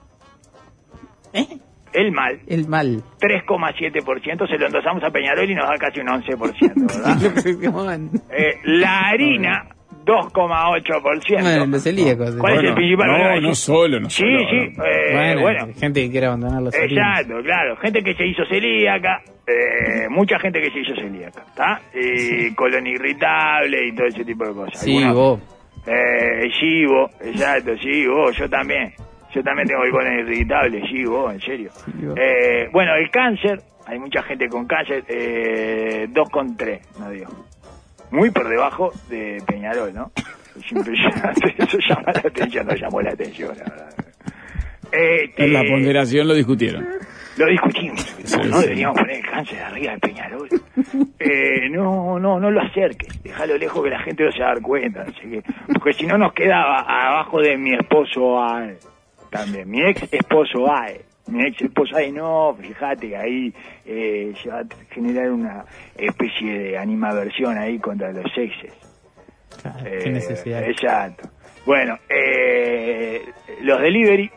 ¿Eh? el mal, El mal. tres coma siete por ciento, se lo endosamos a Peñarol y nos da casi un once por ciento, ¿verdad? Eh, la harina, dos coma ocho por ciento. Bueno, los celíacos. ¿Cuál es el principal no, problema? no solo, no Sí, solo. sí, no. eh, Bueno, bueno. gente que quiere abandonar los harinas. Exacto, claro. Gente que se hizo celíaca, eh, mucha gente que se hizo celíaca, ¿está? Y colon irritable y todo ese tipo de cosas. Sí, Algunos- vos. Eh, sí, vos, exacto, sí, vos, yo también. Yo también tengo el colon irritable, sí, vos, en serio. vos. Eh, bueno, el cáncer, hay mucha gente con cáncer, eh, dos coma tres, no digo. Muy por debajo de Peñarol, ¿no? Es impresionante, eso llama la atención, no llamó la atención, la verdad. Este, En la ponderación lo discutieron. lo discutimos. Sí, No, no sí. deberíamos poner el cáncer arriba de Peñarol. Eh, no, no, no lo acerques. Déjalo lejos que la gente no se va a dar cuenta. Así que, porque si no nos queda a- abajo de mi esposo A E. También, mi ex esposo A E. Mi ex esposo A E, no, fíjate que ahí eh, se va a generar una especie de animaversión ahí contra los exes. Claro, Eh, qué necesidad. Exacto. Bueno, eh, los delivery.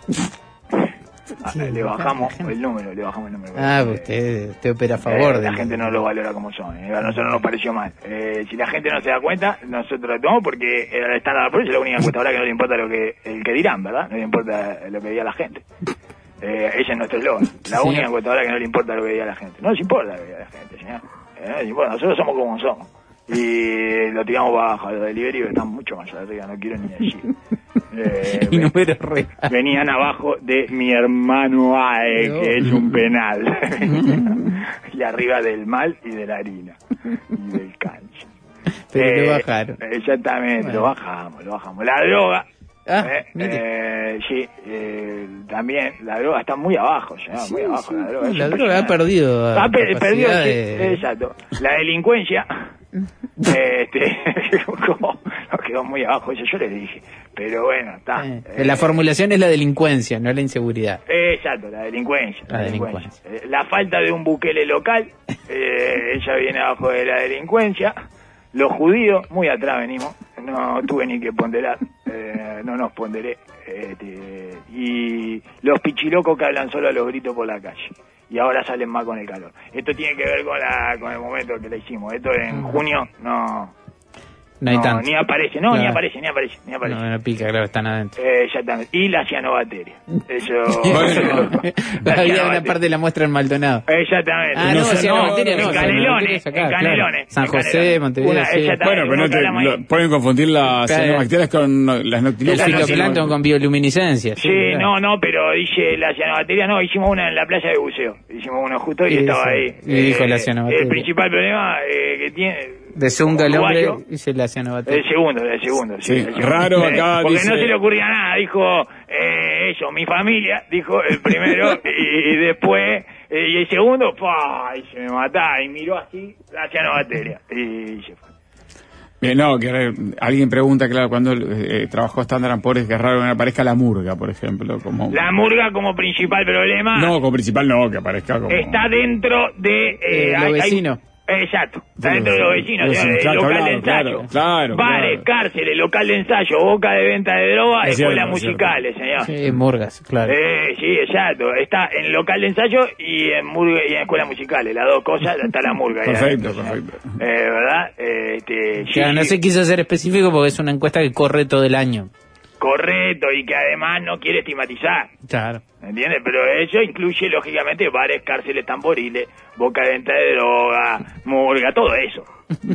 Ah, Sí, le baja bajamos la gente. el número, le bajamos el número. Ah, Eh, usted, usted opera a favor eh, de la gente no lo valora como son. eh. A nosotros nos pareció mal. Eh, si la gente no se da cuenta, nosotros lo tomamos porque el Standard Poor's es la única encuestadora que no le importa lo que el que dirán, ¿verdad? No le importa lo que diga la gente. Eh, ese es nuestro eslogan. La Sí. única encuestadora que no le importa lo que diga la gente. No nos importa lo que diga la gente, señor. Eh, no nos importa. Nosotros somos como somos. Y lo tiramos para abajo. Los delivery están mucho más arriba, no quiero ni decir. Eh, Y número real. venían abajo de mi hermano A E, No. que es un penal. Y arriba del mal y de la harina. Y del cáncer. Pero Eh, lo bajaron. Exactamente, Bueno. lo bajamos, lo bajamos. La droga. Ah, eh, mire. eh, sí, eh, también la droga está muy abajo, ya, muy Sí, abajo sí, la droga. sí, es la droga ha impresionante. perdido. Ha pe- capacidad perdido, sí, de- exacto. La delincuencia, este, como, nos quedó muy abajo, eso yo les dije. Pero bueno, está. Eh, Eh, la formulación es la delincuencia, no la inseguridad. Exacto, la delincuencia. La La, delincuencia. delincuencia. Eh, la falta de un Bukele local, eh, ella viene abajo de la delincuencia. Los judíos, muy atrás venimos, no tuve ni que ponderar, eh, no nos ponderé. Este, y los pichilocos que hablan solo a los gritos por la calle. Y ahora salen más con el calor. Esto tiene que ver con la con el momento que la hicimos. Esto en junio no... No hay no, tanto. ni aparece, no, ni Claro. aparece, ni aparece, ni aparece. No, no pica, claro, están adentro. Eh, exactamente. Y la cianobacteria. Eso. Bueno. La Había una cianobacteria. parte de la muestra en Maldonado. Exactamente. Ah, no, no, sé, cianobacteria no, no. en no, Canelones, cianobacteria es acá, en claro. Canelones. San en José, Canelones. Montevideo, Una- sí. exactamente, Bueno, pero una no te, hablamos ahí. lo- pueden confundir las Claro. cianobacterias con las El noctilucas. fitoplancton con bioluminiscencia. Sí, claro. no, no, pero dice la cianobacteria, no, hicimos una en la playa de buceo. Hicimos uno justo y Y estaba dice- ahí. y dijo la Eh, cianobacteria. El principal problema eh, que tiene... De Zunga el hombre uruguayo, dice la cianobacteria. El segundo, el segundo. Sí, el segundo. raro Eh, acá Porque dice- no se le ocurría nada, dijo eh, eso, mi familia, dijo el primero, y, y después, eh, y el segundo, ¡pah! Y se me mataba, y miró así, la cianobacteria, y se fue. Bien, no, que eh, alguien pregunta, claro, cuando eh, trabajó Standard and Poor's, que es raro que no aparezca la murga, por ejemplo. Como... La murga como principal problema No, como principal no, que aparezca como... está dentro de... Eh, eh, lo hay- hay- vecino. Exacto, está dentro de los vecinos, Los- señor, claro, local claro, de ensayo. claro, claro, Bares, claro. cárceles, local de ensayo, boca de venta de droga, Es escuelas cierto, es musicales, señor. Sí, murgas, claro. Eh, sí, exacto. Está en local de ensayo y en murga, y en escuelas musicales. Las dos cosas, está la murga. ahí Perfecto, adentro, señor. perfecto. Eh, ¿verdad? Eh, este, sí, Claro, no sí, se quiso ser específico porque es una encuesta que corre todo el año. correcto, y que además no quiere estigmatizar. Claro. ¿Entiendes? Pero eso incluye, lógicamente, bares, cárceles, tamboriles, boca de venta de droga, murga, todo eso.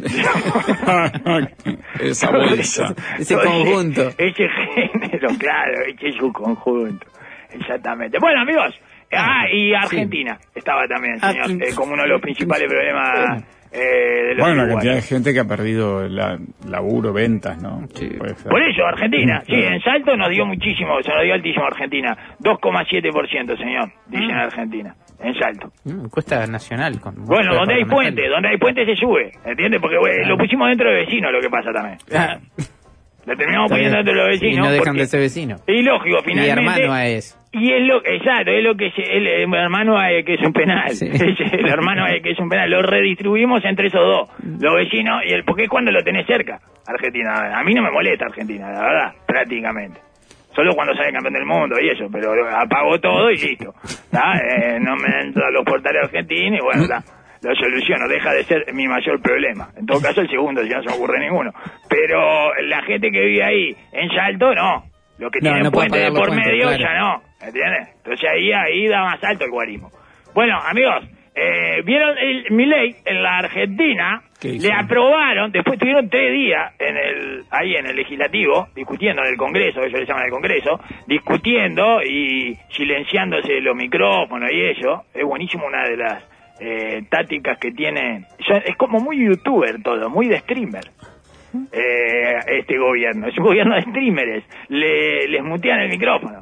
Esa Todo bolsa. eso. Ese Todo conjunto. Ese, ese género, claro, ese es su conjunto. Exactamente. Bueno, amigos. Ah, y Argentina estaba también, Ah, señor, sí. eh, como uno de los principales problemas eh, de los Bueno, la uruguayos. cantidad de gente que ha perdido la, laburo, ventas, ¿no? Sí. Puede ser. Por eso, Argentina, sí, Claro. en Salto nos dio muchísimo, se nos dio altísimo Argentina. dos coma siete por ciento, señor, dicen en Argentina, en Salto. Mm, encuesta nacional. Con Bueno, donde hay parlamentario. puente, donde hay puente se sube, ¿entiendes? Porque eh, lo pusimos dentro de vecinos, lo que pasa también. Ah, Lo terminamos está poniendo bien. dentro de los Y vecinos. no dejan porque- de ser vecinos. Y lógico, Y finalmente. hermano a es. Y es lo, exacto, es lo que se, el, el hermano a que es un penal. Sí. Es el hermano a que es un penal. Lo redistribuimos entre esos dos, los vecinos y el, porque es cuando lo tenés cerca, Argentina. A mí no me molesta Argentina, la verdad, prácticamente. Solo cuando sale campeón del mundo y eso, pero apago todo y listo. ¿Tá? Eh, no me entro a los portales argentinos y bueno, está. Lo soluciono, deja de ser mi mayor problema. En todo caso, el segundo, si no se me ocurre ninguno. Pero la gente que vive ahí, en Salto, no. Los que No, tienen no puede puente de pagar los por puentes, medio, claro. ya no. ¿Entiendes? Entonces ahí, ahí da más alto el guarismo. Bueno, amigos, eh, ¿vieron el Milei en la Argentina? ¿Qué hizo? Le aprobaron, después tuvieron tres días en el ahí en el legislativo, discutiendo en el Congreso, ellos le llaman el Congreso, discutiendo y silenciándose los micrófonos y eso. Es buenísimo una de las eh, tácticas que tiene. Ya es como muy youtuber todo, muy de streamer. Eh, este gobierno, es un gobierno de streamers, le, les mutean el micrófono.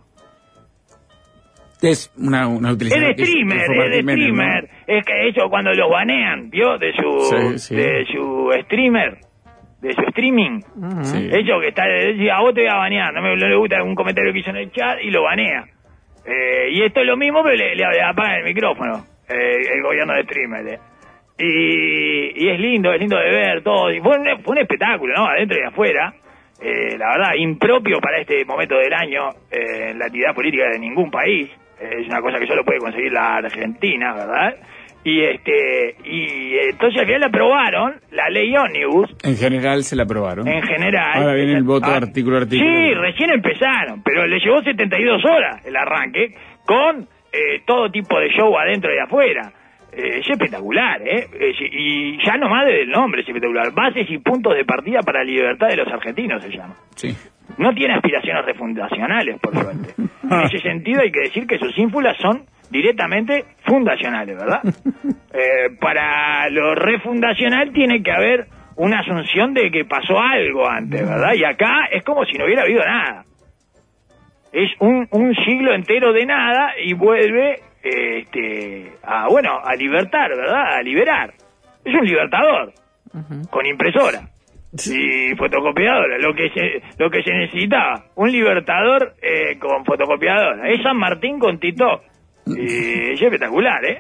Es una, una Es utilización. de streamer, que- que es de Martín Menem, ¿no? streamer. Es que eso cuando los banean, ¿vio? De su, Sí, sí. de su streamer, de su streaming. Sí. Eso que está, decía, a vos te voy a banear, no, me, no le gusta algún comentario que hizo en el chat y lo banea. Eh, y esto es lo mismo, pero le, le, le apagan el micrófono, eh, el gobierno de streamer. Eh. Y, y es lindo, es lindo de ver todo. Y fue, un, fue un espectáculo, ¿no? Adentro y afuera. Eh, la verdad, impropio para este momento del año eh, en la actividad política de ningún país. Eh, es una cosa que solo puede conseguir la Argentina, ¿verdad? Y este y entonces al final aprobaron la ley Ómnibus En general se la aprobaron. en general. Ahora viene el voto Ah, artículo a artículo. Sí, recién empezaron, pero le llevó setenta y dos horas el arranque con eh, todo tipo de show adentro y afuera. Eh, es espectacular, ¿eh? Es- y ya nomás desde el nombre es espectacular. Bases y puntos de partida para la libertad de los argentinos se llama. Sí. No tiene aspiraciones refundacionales, por suerte. En ese sentido hay que decir que sus ínfulas son directamente fundacionales, ¿verdad? Eh, para lo refundacional tiene que haber una asunción de que pasó algo antes, ¿verdad? Y acá es como si no hubiera habido nada. Es un, un siglo entero de nada y vuelve eh, este, a, bueno, a libertar, ¿verdad? A liberar. Es un libertador, con impresora y fotocopiadora, lo que se lo que se necesitaba, un libertador eh, con fotocopiadora. Es San Martín con Tito. Y es espectacular, ¿eh?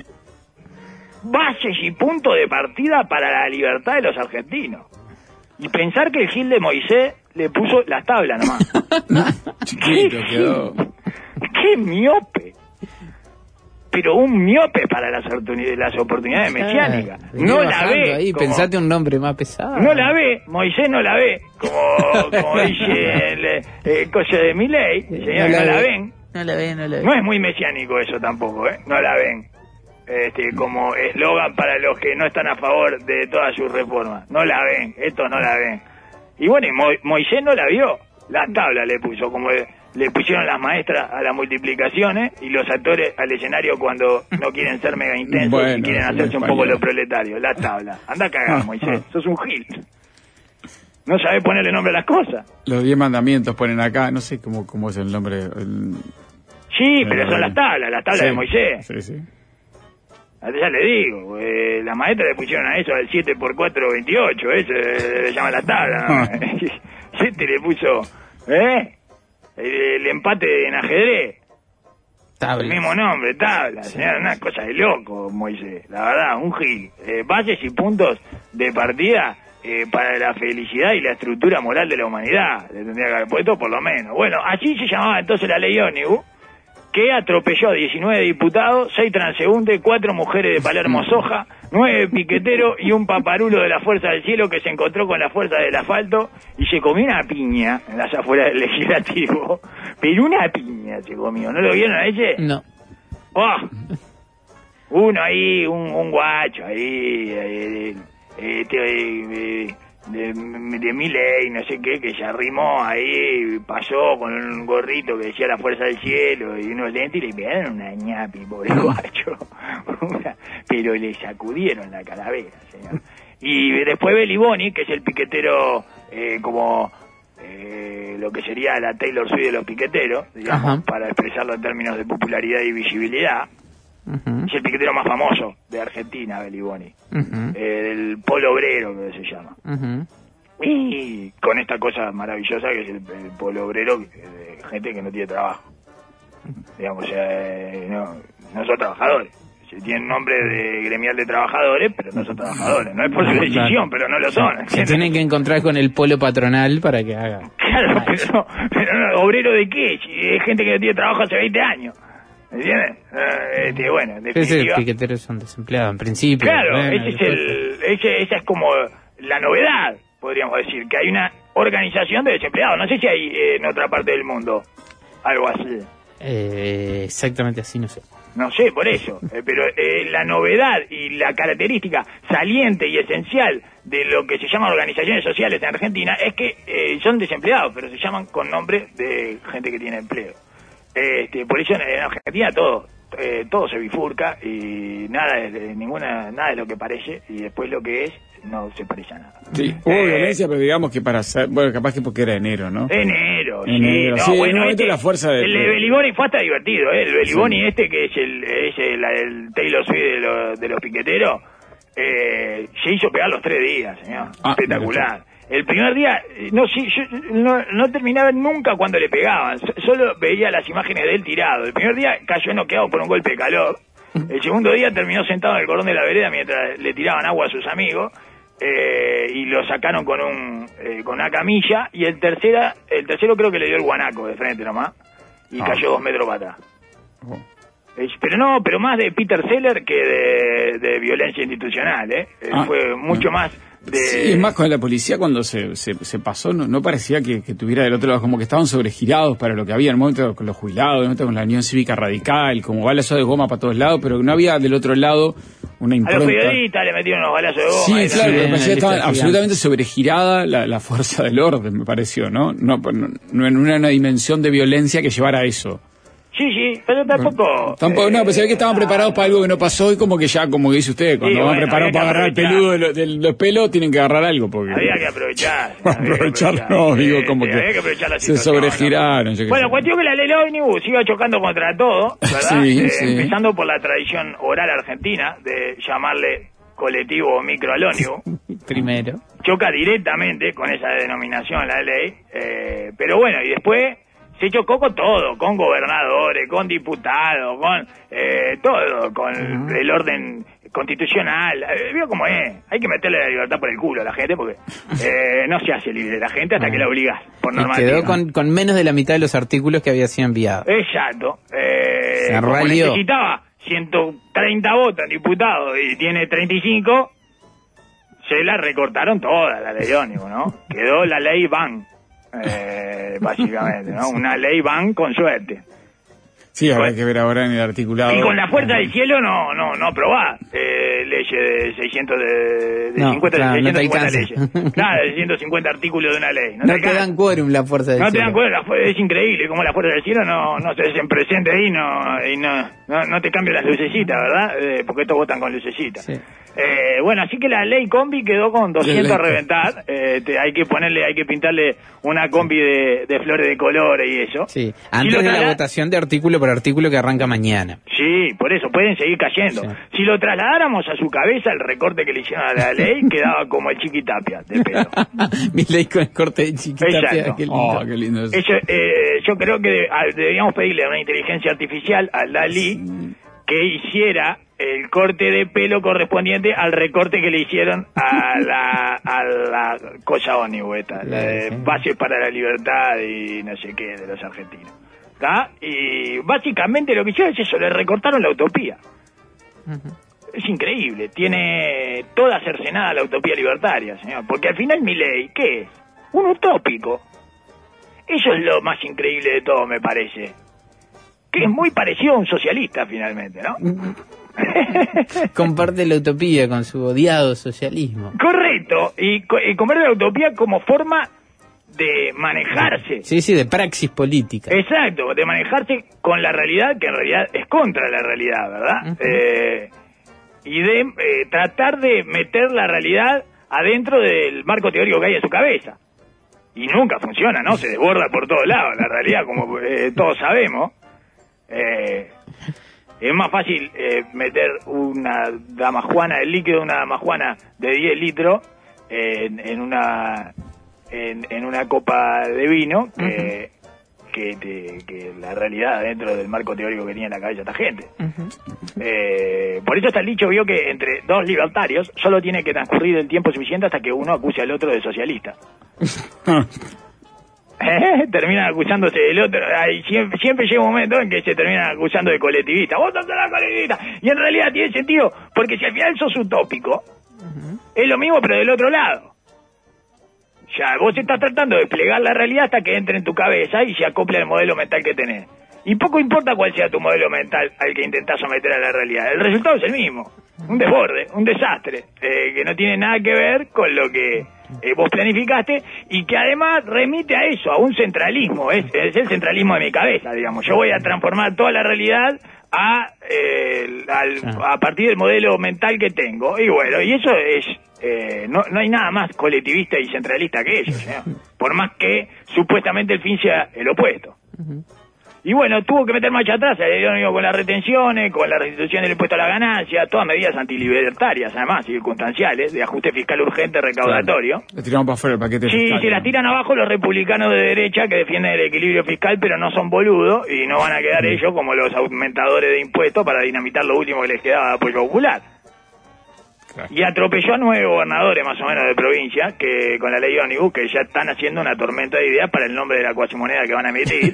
Bases y punto de partida para la libertad de los argentinos. Y pensar que el Gil de Moisés le puso las tablas nomás. Chiquito quedó. ¡Qué miope! Pero un miope para las, oportuni- las oportunidades mesiánicas. Ah, No la bajando ve. Ahí, como- pensate un nombre más pesado. No la ve, Moisés no la ve, como, como dice el, el coche de Milei, señor, no, la ve. ven. No la ven, no la ven. No es muy mesiánico eso tampoco, ¿eh? No la ven. Este, como eslogan para los que no están a favor de todas sus reformas. No la ven, estos no la ven. Y bueno, y Mo- Moisés no la vio. Las tablas le puso, como le pusieron las maestras a las multiplicaciones y los actores al escenario cuando no quieren ser mega intensos Bueno, y quieren sí, hacerse un español. poco los proletarios. Las tablas. Anda a cagar, Moisés. Sos un gil. No sabés ponerle nombre a las cosas. Los diez mandamientos ponen acá, no sé cómo, cómo es el nombre. el- Sí, pero Eh, son las tablas, las tablas sí, de Moisés. Sí, sí. Ya le digo, eh, la maestra le pusieron a eso al siete por cuatro, veintiocho, eso eh, le llama la tabla. ¿no? siete le puso, ¿eh? El, el empate en ajedrez. Tablas. El mismo nombre, tabla, señora, una cosa de loco, Moisés, la verdad, un gil. Eh, bases y puntos de partida eh, para la felicidad y la estructura moral de la humanidad, le tendría que haber puesto por lo menos. Bueno, así se llamaba entonces la ley ómnibus, que atropelló a diecinueve diputados, seis transeúntes, cuatro mujeres de Palermo Soja, nueve piqueteros y un paparulo de la Fuerza del Cielo que se encontró con la fuerza del asfalto y se comió una piña en las afueras del legislativo. Pero una piña se comió, ¿no lo vieron a ese? No. Oh, uno ahí, un, un guacho ahí, eh, eh, este, eh, de, de Milei, no sé qué, que se arrimó ahí, pasó con un gorrito que decía la Fuerza del Cielo y unos lentes y le pegaron una ñapi, pobre guacho. Pero le sacudieron la calavera, señor. Y después Beliboni, que es el piquetero eh, como eh, lo que sería la Taylor Swift de los piqueteros, digamos, Ajá. para expresarlo en términos de popularidad y visibilidad. Uh-huh. Es el piquetero más famoso de Argentina, Beliboni. Uh-huh. Eh, el polo obrero, que se llama. Uh-huh. Y con esta cosa maravillosa que es el, el polo obrero, de gente que no tiene trabajo. Digamos, o sea, eh, no, no son trabajadores. Se tienen nombre de gremial de trabajadores, pero no son trabajadores. No es por su decisión, pero no lo son. Se ¿entiendes? tienen que encontrar con el polo patronal para que haga. Claro, pero, pero no, ¿obrero de qué? Si es gente que no tiene trabajo hace veinte años. ¿Entiendes? Eh, este, bueno, en Ese definitiva... piqueteros son desempleados en principio. Claro, bueno, ese es el, ese, esa es como la novedad, podríamos decir, que hay una organización de desempleados. No sé si hay eh, en otra parte del mundo algo así. Eh, exactamente así, no sé. No sé, por eso. Eh, pero eh, la novedad y la característica saliente y esencial de lo que se llaman organizaciones sociales en Argentina es que eh, son desempleados, pero se llaman con nombre de gente que tiene empleo. Este, por eso en, en Argentina todo eh, todo se bifurca y nada es de ninguna nada es lo que parece y después lo que es no se parece a nada. Sí, hubo Eh, violencia, pero digamos que para ser, bueno, capaz que porque era enero, ¿no? Enero, sí, Enero, no, sí, en bueno, un momento este, la fuerza de- el de de- Beliboni fue hasta divertido, ¿eh? El Beliboni Sí. este que es el, es el, el Taylor Swift de, lo- de los piqueteros, eh, se hizo pegar los tres días, señor. Ah, Espectacular. El primer día, eh, no, sí, yo no, no terminaba nunca cuando le pegaban, so- solo veía las imágenes de él tirado. El primer día cayó noqueado por un golpe de calor. El segundo día terminó sentado en el cordón de la vereda mientras le tiraban agua a sus amigos. Eh, y lo sacaron con un eh, con una camilla. Y el tercera el tercero creo que le dio el guanaco de frente nomás. Y Ah. cayó dos metros para atrás. Oh. Eh, Pero no, pero más de Peter Seller que de, de violencia institucional, ¿eh? Eh, Ah, fue mucho ah. más de... Sí, es más, con la policía cuando se, se, se pasó, no, no parecía que, que tuviera del otro lado, como que estaban sobregirados para lo que había, en un momento con los jubilados, en un momento con la Unión Cívica Radical, como balas de goma para todos lados, pero no había del otro lado una A impronta. los periodistas le metieron unos balazos de goma. Sí, ahí claro, también. me parecía que la estaba lista absolutamente sobregirada la, la fuerza del orden, me pareció, ¿no? No, no, no en una, una dimensión de violencia que llevara a eso. Sí, sí, pero tampoco... Tampoco, no, eh, pero se ve que estaban preparados para algo que no pasó y como que ya, como dice usted, cuando Sí, van bueno, preparados había que para agarrar el aprovechar. peludo de, lo- de los pelos, tienen que agarrar algo, porque... Había que aprovechar. Para había que aprovechar, aprovechar. no, Sí, digo, como sí, que había que aprovechar la se situación, sobregiraron, ¿no? yo qué Bueno, sé. cuestión que la ley ómnibus iba chocando contra todo, ¿verdad? Sí, Eh, sí. Empezando por la tradición oral argentina de llamarle colectivo o micro al ómnibus. Primero. Choca directamente con esa denominación la ley, eh, pero bueno, y después se chocó con todo, con gobernadores, con diputados, con eh, todo, con Ujú. el orden constitucional. Eh, veo cómo es, hay que meterle la libertad por el culo a la gente porque eh, no se hace libre la gente hasta que la obligas por Y normativa. quedó con, con menos de la mitad de los artículos que había sido enviado. Exacto. Eh, Se como ralió. necesitaba ciento treinta votos en diputado y tiene treinta y cinco, se la recortaron toda la ley ómnibus, ¿no? Quedó la ley Ban, eh, básicamente, ¿no? Una ley Ban con suerte. Sí, habrá que ver ahora en el articulado. Y con la fuerza del cielo no no no aprobás eh, leyes de seiscientos de, de No, cincuenta, claro, no te seiscientos cincuenta alcanza. leyes. Claro, de ciento cincuenta artículos de una ley. No te te alcanza. dan quórum la fuerza del No te cielo. dan cuenta, es increíble cómo la fuerza del cielo no, no se hacen presente ahí no, y no, no, no te cambian las lucecitas, ¿verdad? Eh, porque estos votan con lucecitas. Sí. Eh, bueno, así que la ley combi quedó con doscientos a ley. reventar. Eh, te- hay que ponerle, hay que pintarle una combi de, de flores de colores y eso. Sí, Si antes lo de la trasla- votación de artículo por artículo que arranca mañana. Sí, por eso, pueden seguir cayendo. Sí. Si lo trasladáramos a su cabeza, el recorte que le hicieron a la ley quedaba como el Chiquitapia de pelo. Milei con el corte de Chiquitapia. Qué lindo. Oh, qué lindo eso. Eso, eh, yo creo que de- a- deberíamos pedirle a una inteligencia artificial, al Dalí, que hiciera el corte de pelo correspondiente al recorte que le hicieron a la, a la cosa ómnibus esta, la de Bases para la Libertad y no sé qué de los argentinos. ¿Está? Y básicamente lo que hicieron es eso, le recortaron la utopía. Es increíble, tiene toda cercenada la utopía libertaria, señor, porque al final Milei, ¿qué es? Un utópico. Eso es lo más increíble de todo, me parece. Que es muy parecido a un socialista, finalmente, ¿no? Comparte la utopía con su odiado socialismo. Correcto, y, co- y comer la utopía como forma de manejarse. Sí, sí, de praxis política. Exacto, de manejarse con la realidad, que en realidad es contra la realidad, ¿verdad? Uh-huh. Eh, y de eh, tratar de meter la realidad adentro del marco teórico que hay en su cabeza. Y nunca funciona, ¿no? Se desborda por todos lados, la realidad, como eh, todos sabemos. Eh, es más fácil eh, meter una damajuana, el líquido de una damajuana de diez litros eh, en, en una en, en una copa de vino que, uh-huh. que, te, que la realidad dentro del marco teórico que tiene en la cabeza esta gente. Uh-huh. Eh, por eso está el dicho, vio que entre dos libertarios solo tiene que transcurrir el tiempo suficiente hasta que uno acuse al otro de socialista. ¿Eh? Terminan acusándose del otro. Ay, siempre, siempre llega un momento en que se terminan acusando de colectivista. ¡Vos sos la colectivista! Y en realidad tiene sentido, porque si al final sos utópico, uh-huh. es lo mismo pero del otro lado. Ya, vos estás tratando de desplegar la realidad hasta que entre en tu cabeza y se acople al modelo mental que tenés. Y poco importa cuál sea tu modelo mental al que intentás someter a la realidad. El resultado es el mismo. Un desborde, un desastre, eh, que no tiene nada que ver con lo que eh, vos planificaste y que además remite a eso, a un centralismo. Es, es el centralismo de mi cabeza, digamos. Yo voy a transformar toda la realidad a, eh, al, a partir del modelo mental que tengo. Y bueno, y eso es... Eh, no, no hay nada más colectivista y centralista que eso, ¿sí? Por más que supuestamente el fin sea el opuesto. Uh-huh. Y bueno, tuvo que meter marcha atrás, eh, con las retenciones, con la restitución del impuesto a la ganancia, todas medidas antilibertarias, además, circunstanciales, de ajuste fiscal urgente recaudatorio. Claro. Le tiramos para afuera el paquete sí, fiscal. Sí, se las tiran abajo los republicanos de derecha que defienden el equilibrio fiscal, pero no son boludos y no van a quedar ellos como los aumentadores de impuestos para dinamitar lo último que les quedaba de apoyo popular. Claro. Y atropelló a nueve gobernadores más o menos de provincia que con la ley ómnibus, que ya están haciendo una tormenta de ideas para el nombre de la cuasimoneda que van a emitir.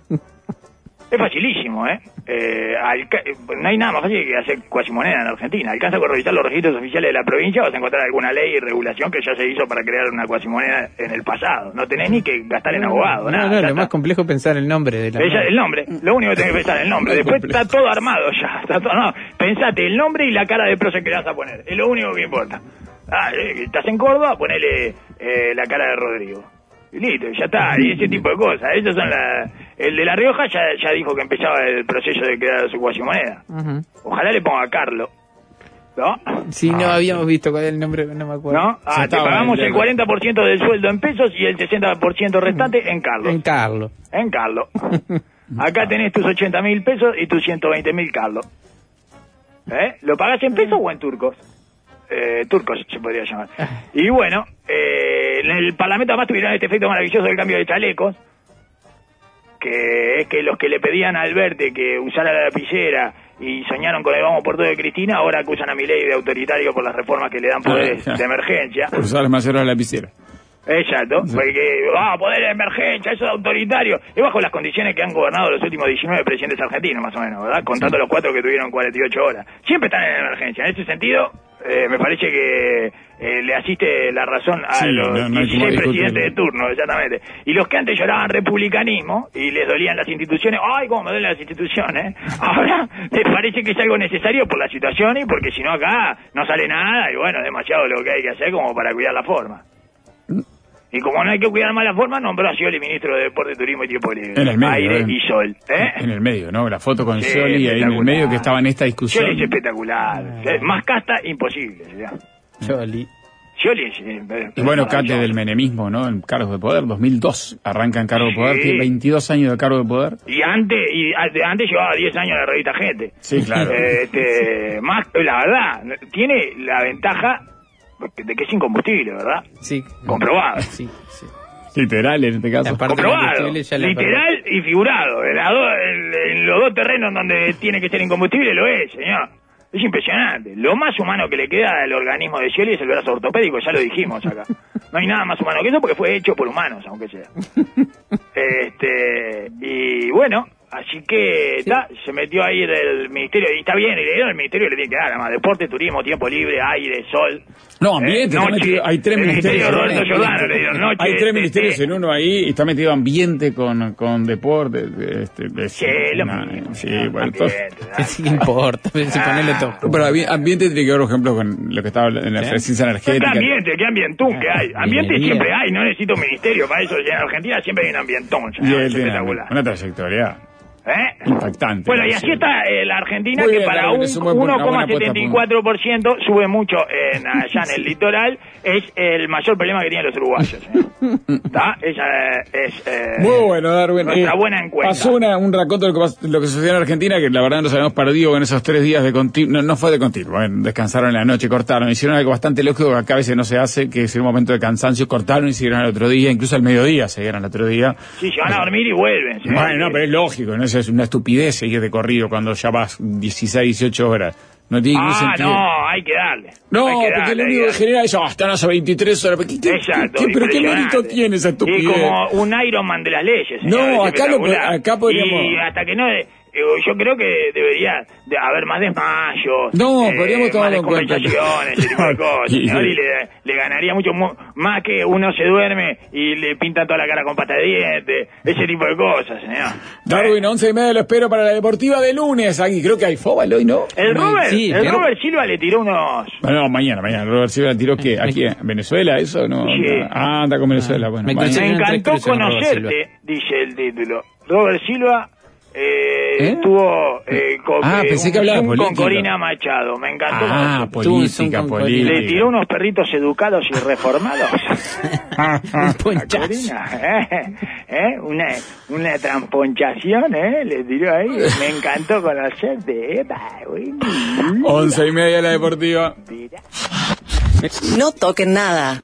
Es facilísimo, ¿eh? eh alca- no hay nada más fácil que hacer cuasimoneda en Argentina. Alcanza con revisar los registros oficiales de la provincia, vas a encontrar alguna ley y regulación que ya se hizo para crear una cuasimoneda en el pasado. No tenés ni que gastar en abogado, no, nada. No, no, lo está. Más complejo es pensar el nombre de la Ella, el nombre, lo único que tenés que pensar es el nombre. Después está todo armado ya, está todo armado. Pensate el nombre y la cara de prócer que le vas a poner. Es lo único que importa. Ah, eh, estás en Córdoba, ponele eh, la cara de Rodrigo. Y listo, ya está, y ese tipo de cosas. Esas son la, el de La Rioja ya, ya dijo que empezaba el proceso de crear su cuasimoneda. Uh-huh. Ojalá le ponga Carlos, ¿no? Sí, no ah, habíamos visto cuál es el nombre, no me acuerdo. ¿No? Ah, te pagamos el cuarenta por ciento del sueldo en pesos y el sesenta por ciento restante en Carlos. En Carlos. En Carlos. Acá tenés tus ochenta mil pesos y tus ciento veinte mil Carlos. ¿Eh? ¿Lo pagás en pesos o en turcos? Eh, turcos se podría llamar. Y bueno, eh, en el Parlamento además tuvieron este efecto maravilloso del cambio de chalecos, que es que los que le pedían a Alberti que usara la lapicera y soñaron con el vamos por todo de Cristina, ahora acusan a Milei de autoritario por las reformas que le dan poderes de emergencia. Por usar más horas la lapicera. Exacto, sí. Porque va a poder de emergencia, eso es autoritario. Es bajo las condiciones que han gobernado los últimos diecinueve presidentes argentinos, más o menos, ¿verdad? Contando sí. los cuatro que tuvieron cuarenta y ocho horas. Siempre están en emergencia. En ese sentido, eh, me parece que eh, le asiste la razón a sí, los no, no dieciséis presidentes de turno, exactamente. Y los que antes lloraban republicanismo y les dolían las instituciones, ¡ay, cómo me duelen las instituciones! Ahora les parece que es algo necesario por la situación y porque si no acá no sale nada y bueno, demasiado lo que hay que hacer como para cuidar la forma. Y como no hay que cuidar más la forma, nombró a Scioli ministro de Deporte, Turismo y Tiempo Libre. En el medio, Aire eh. y Sol. ¿eh? En el medio, ¿no? La foto con sí, Scioli ahí en el medio que estaba en esta discusión. Scioli es espectacular. Ah. Más casta, imposible. ¿sí? Scioli. Scioli es... Eh, y bueno, Cate del menemismo, ¿no? En cargos de poder, dos mil dos arranca en cargo de poder, tiene veintidós años de cargo de poder. Y antes y antes llevaba diez años en la revista Gente. Sí, claro. Este, más, la verdad, tiene la ventaja de que es incombustible, ¿verdad? Sí. Comprobado. Sí, sí. Literal en este caso. Comprobado. Literal y figurado. En, la do, en, en los dos terrenos donde tiene que ser incombustible lo es, señor. Es impresionante. Lo más humano que le queda al organismo de Scioli es el brazo ortopédico, ya lo dijimos acá. No hay nada más humano que eso porque fue hecho por humanos, aunque sea. Este, y bueno, así que sí. ta, se metió ahí del ministerio, y está bien, y le dieron el ministerio le tiene que dar, además, deporte, turismo, tiempo libre, aire, sol. No, ambiente, eh, noche, metido, hay tres ministerios. Roberto Giordano le dieron noche. Hay tres este, ministerios en uno ahí y está metido ambiente con, con deporte. Este, de, sí, lo mismo. Sí, bueno, todo. ¿Qué importa? Si ponele todo. Pero ambiente tiene que ver, por ejemplo, con lo que estaba en la ¿Sí? eficiencia energética. ¿Qué ambiente? ¿Qué ambientón que hay? Ambiente Bienvenida. siempre hay, no necesito un ministerio para eso. En Argentina siempre hay un ambientón. Y él es tiene espectacular. una trayectoria ¿Eh? impactante. Bueno, y ¿no? así está eh, la Argentina, Muy que bien, para Darwin, un es un buen- una uno buena coma setenta y cuatro por ciento sube mucho en, allá en el litoral, es el mayor problema que tienen los uruguayos. ¿eh? ¿Está? Esa es eh, Muy bueno, Darwin. nuestra Eh, buena encuesta. Pasó una, un raconto de lo que, pas- lo que sucedió en Argentina, que la verdad nos habíamos perdido con esos tres días de continuo. No, no fue de continuo, bueno, descansaron en la noche, cortaron. Hicieron algo bastante lógico que acá a veces no se hace, que es en un momento de cansancio, cortaron y siguieron al otro día, incluso al mediodía siguieron al otro día. Sí, se van a dormir y vuelven. ¿sí? Bueno, no, pero es lógico, ¿no? Eso es una estupidez seguir de corrido cuando ya vas dieciséis, dieciocho horas. No tiene ningún Ah, sentido. no, hay que darle. No, hay que porque darle, lo hay único que que darle. genera es, ah, están hace veintitrés horas. ¿Qué, qué, Exacto, qué- pero qué impresionante. mérito tiene esa estupidez? Y como un Iron Man de las leyes. No, señor, es acá lo- espectacular. acá podríamos- Y hasta que no... eh, yo creo que debería de haber más desmayos. No, eh, podríamos más tomarlo en cuenta. descompensaciones, ese tipo de cosas. Y- ¿no? Y le, le ganaría mucho mu- más que uno se duerme y le pintan toda la cara con pasta de dientes. Ese tipo de cosas, señor. Darwin, once y media lo espero para la deportiva de lunes. Aquí creo que hay fóbal hoy, ¿no? El Robert, Sí, el pero- Robert Silva le tiró unos... Bueno, no, mañana, mañana. Robert Silva tiró que aquí en Venezuela, eso no. Sí. no. Ah, anda con Venezuela. Bueno, Me mañana. Me Serían tres encantó cruces con Robert conocerte, dice el título. Robert Silva eh, ¿Eh? estuvo eh, con, Ah, eh, pensé un que hablaba Zoom con política. Corina Machado. Me encantó Ah, conocerte. Tuvo un Zoom política, con política. Le tiró unos perritos educados y reformados. Un ponchazo. Corina, ¿eh? ¿Eh? Una, una tramponchación, ¿eh? Le tiró ahí. Me encantó conocerte. ¿eh? Uy, Once y media la deportiva. mira. No toquen nada.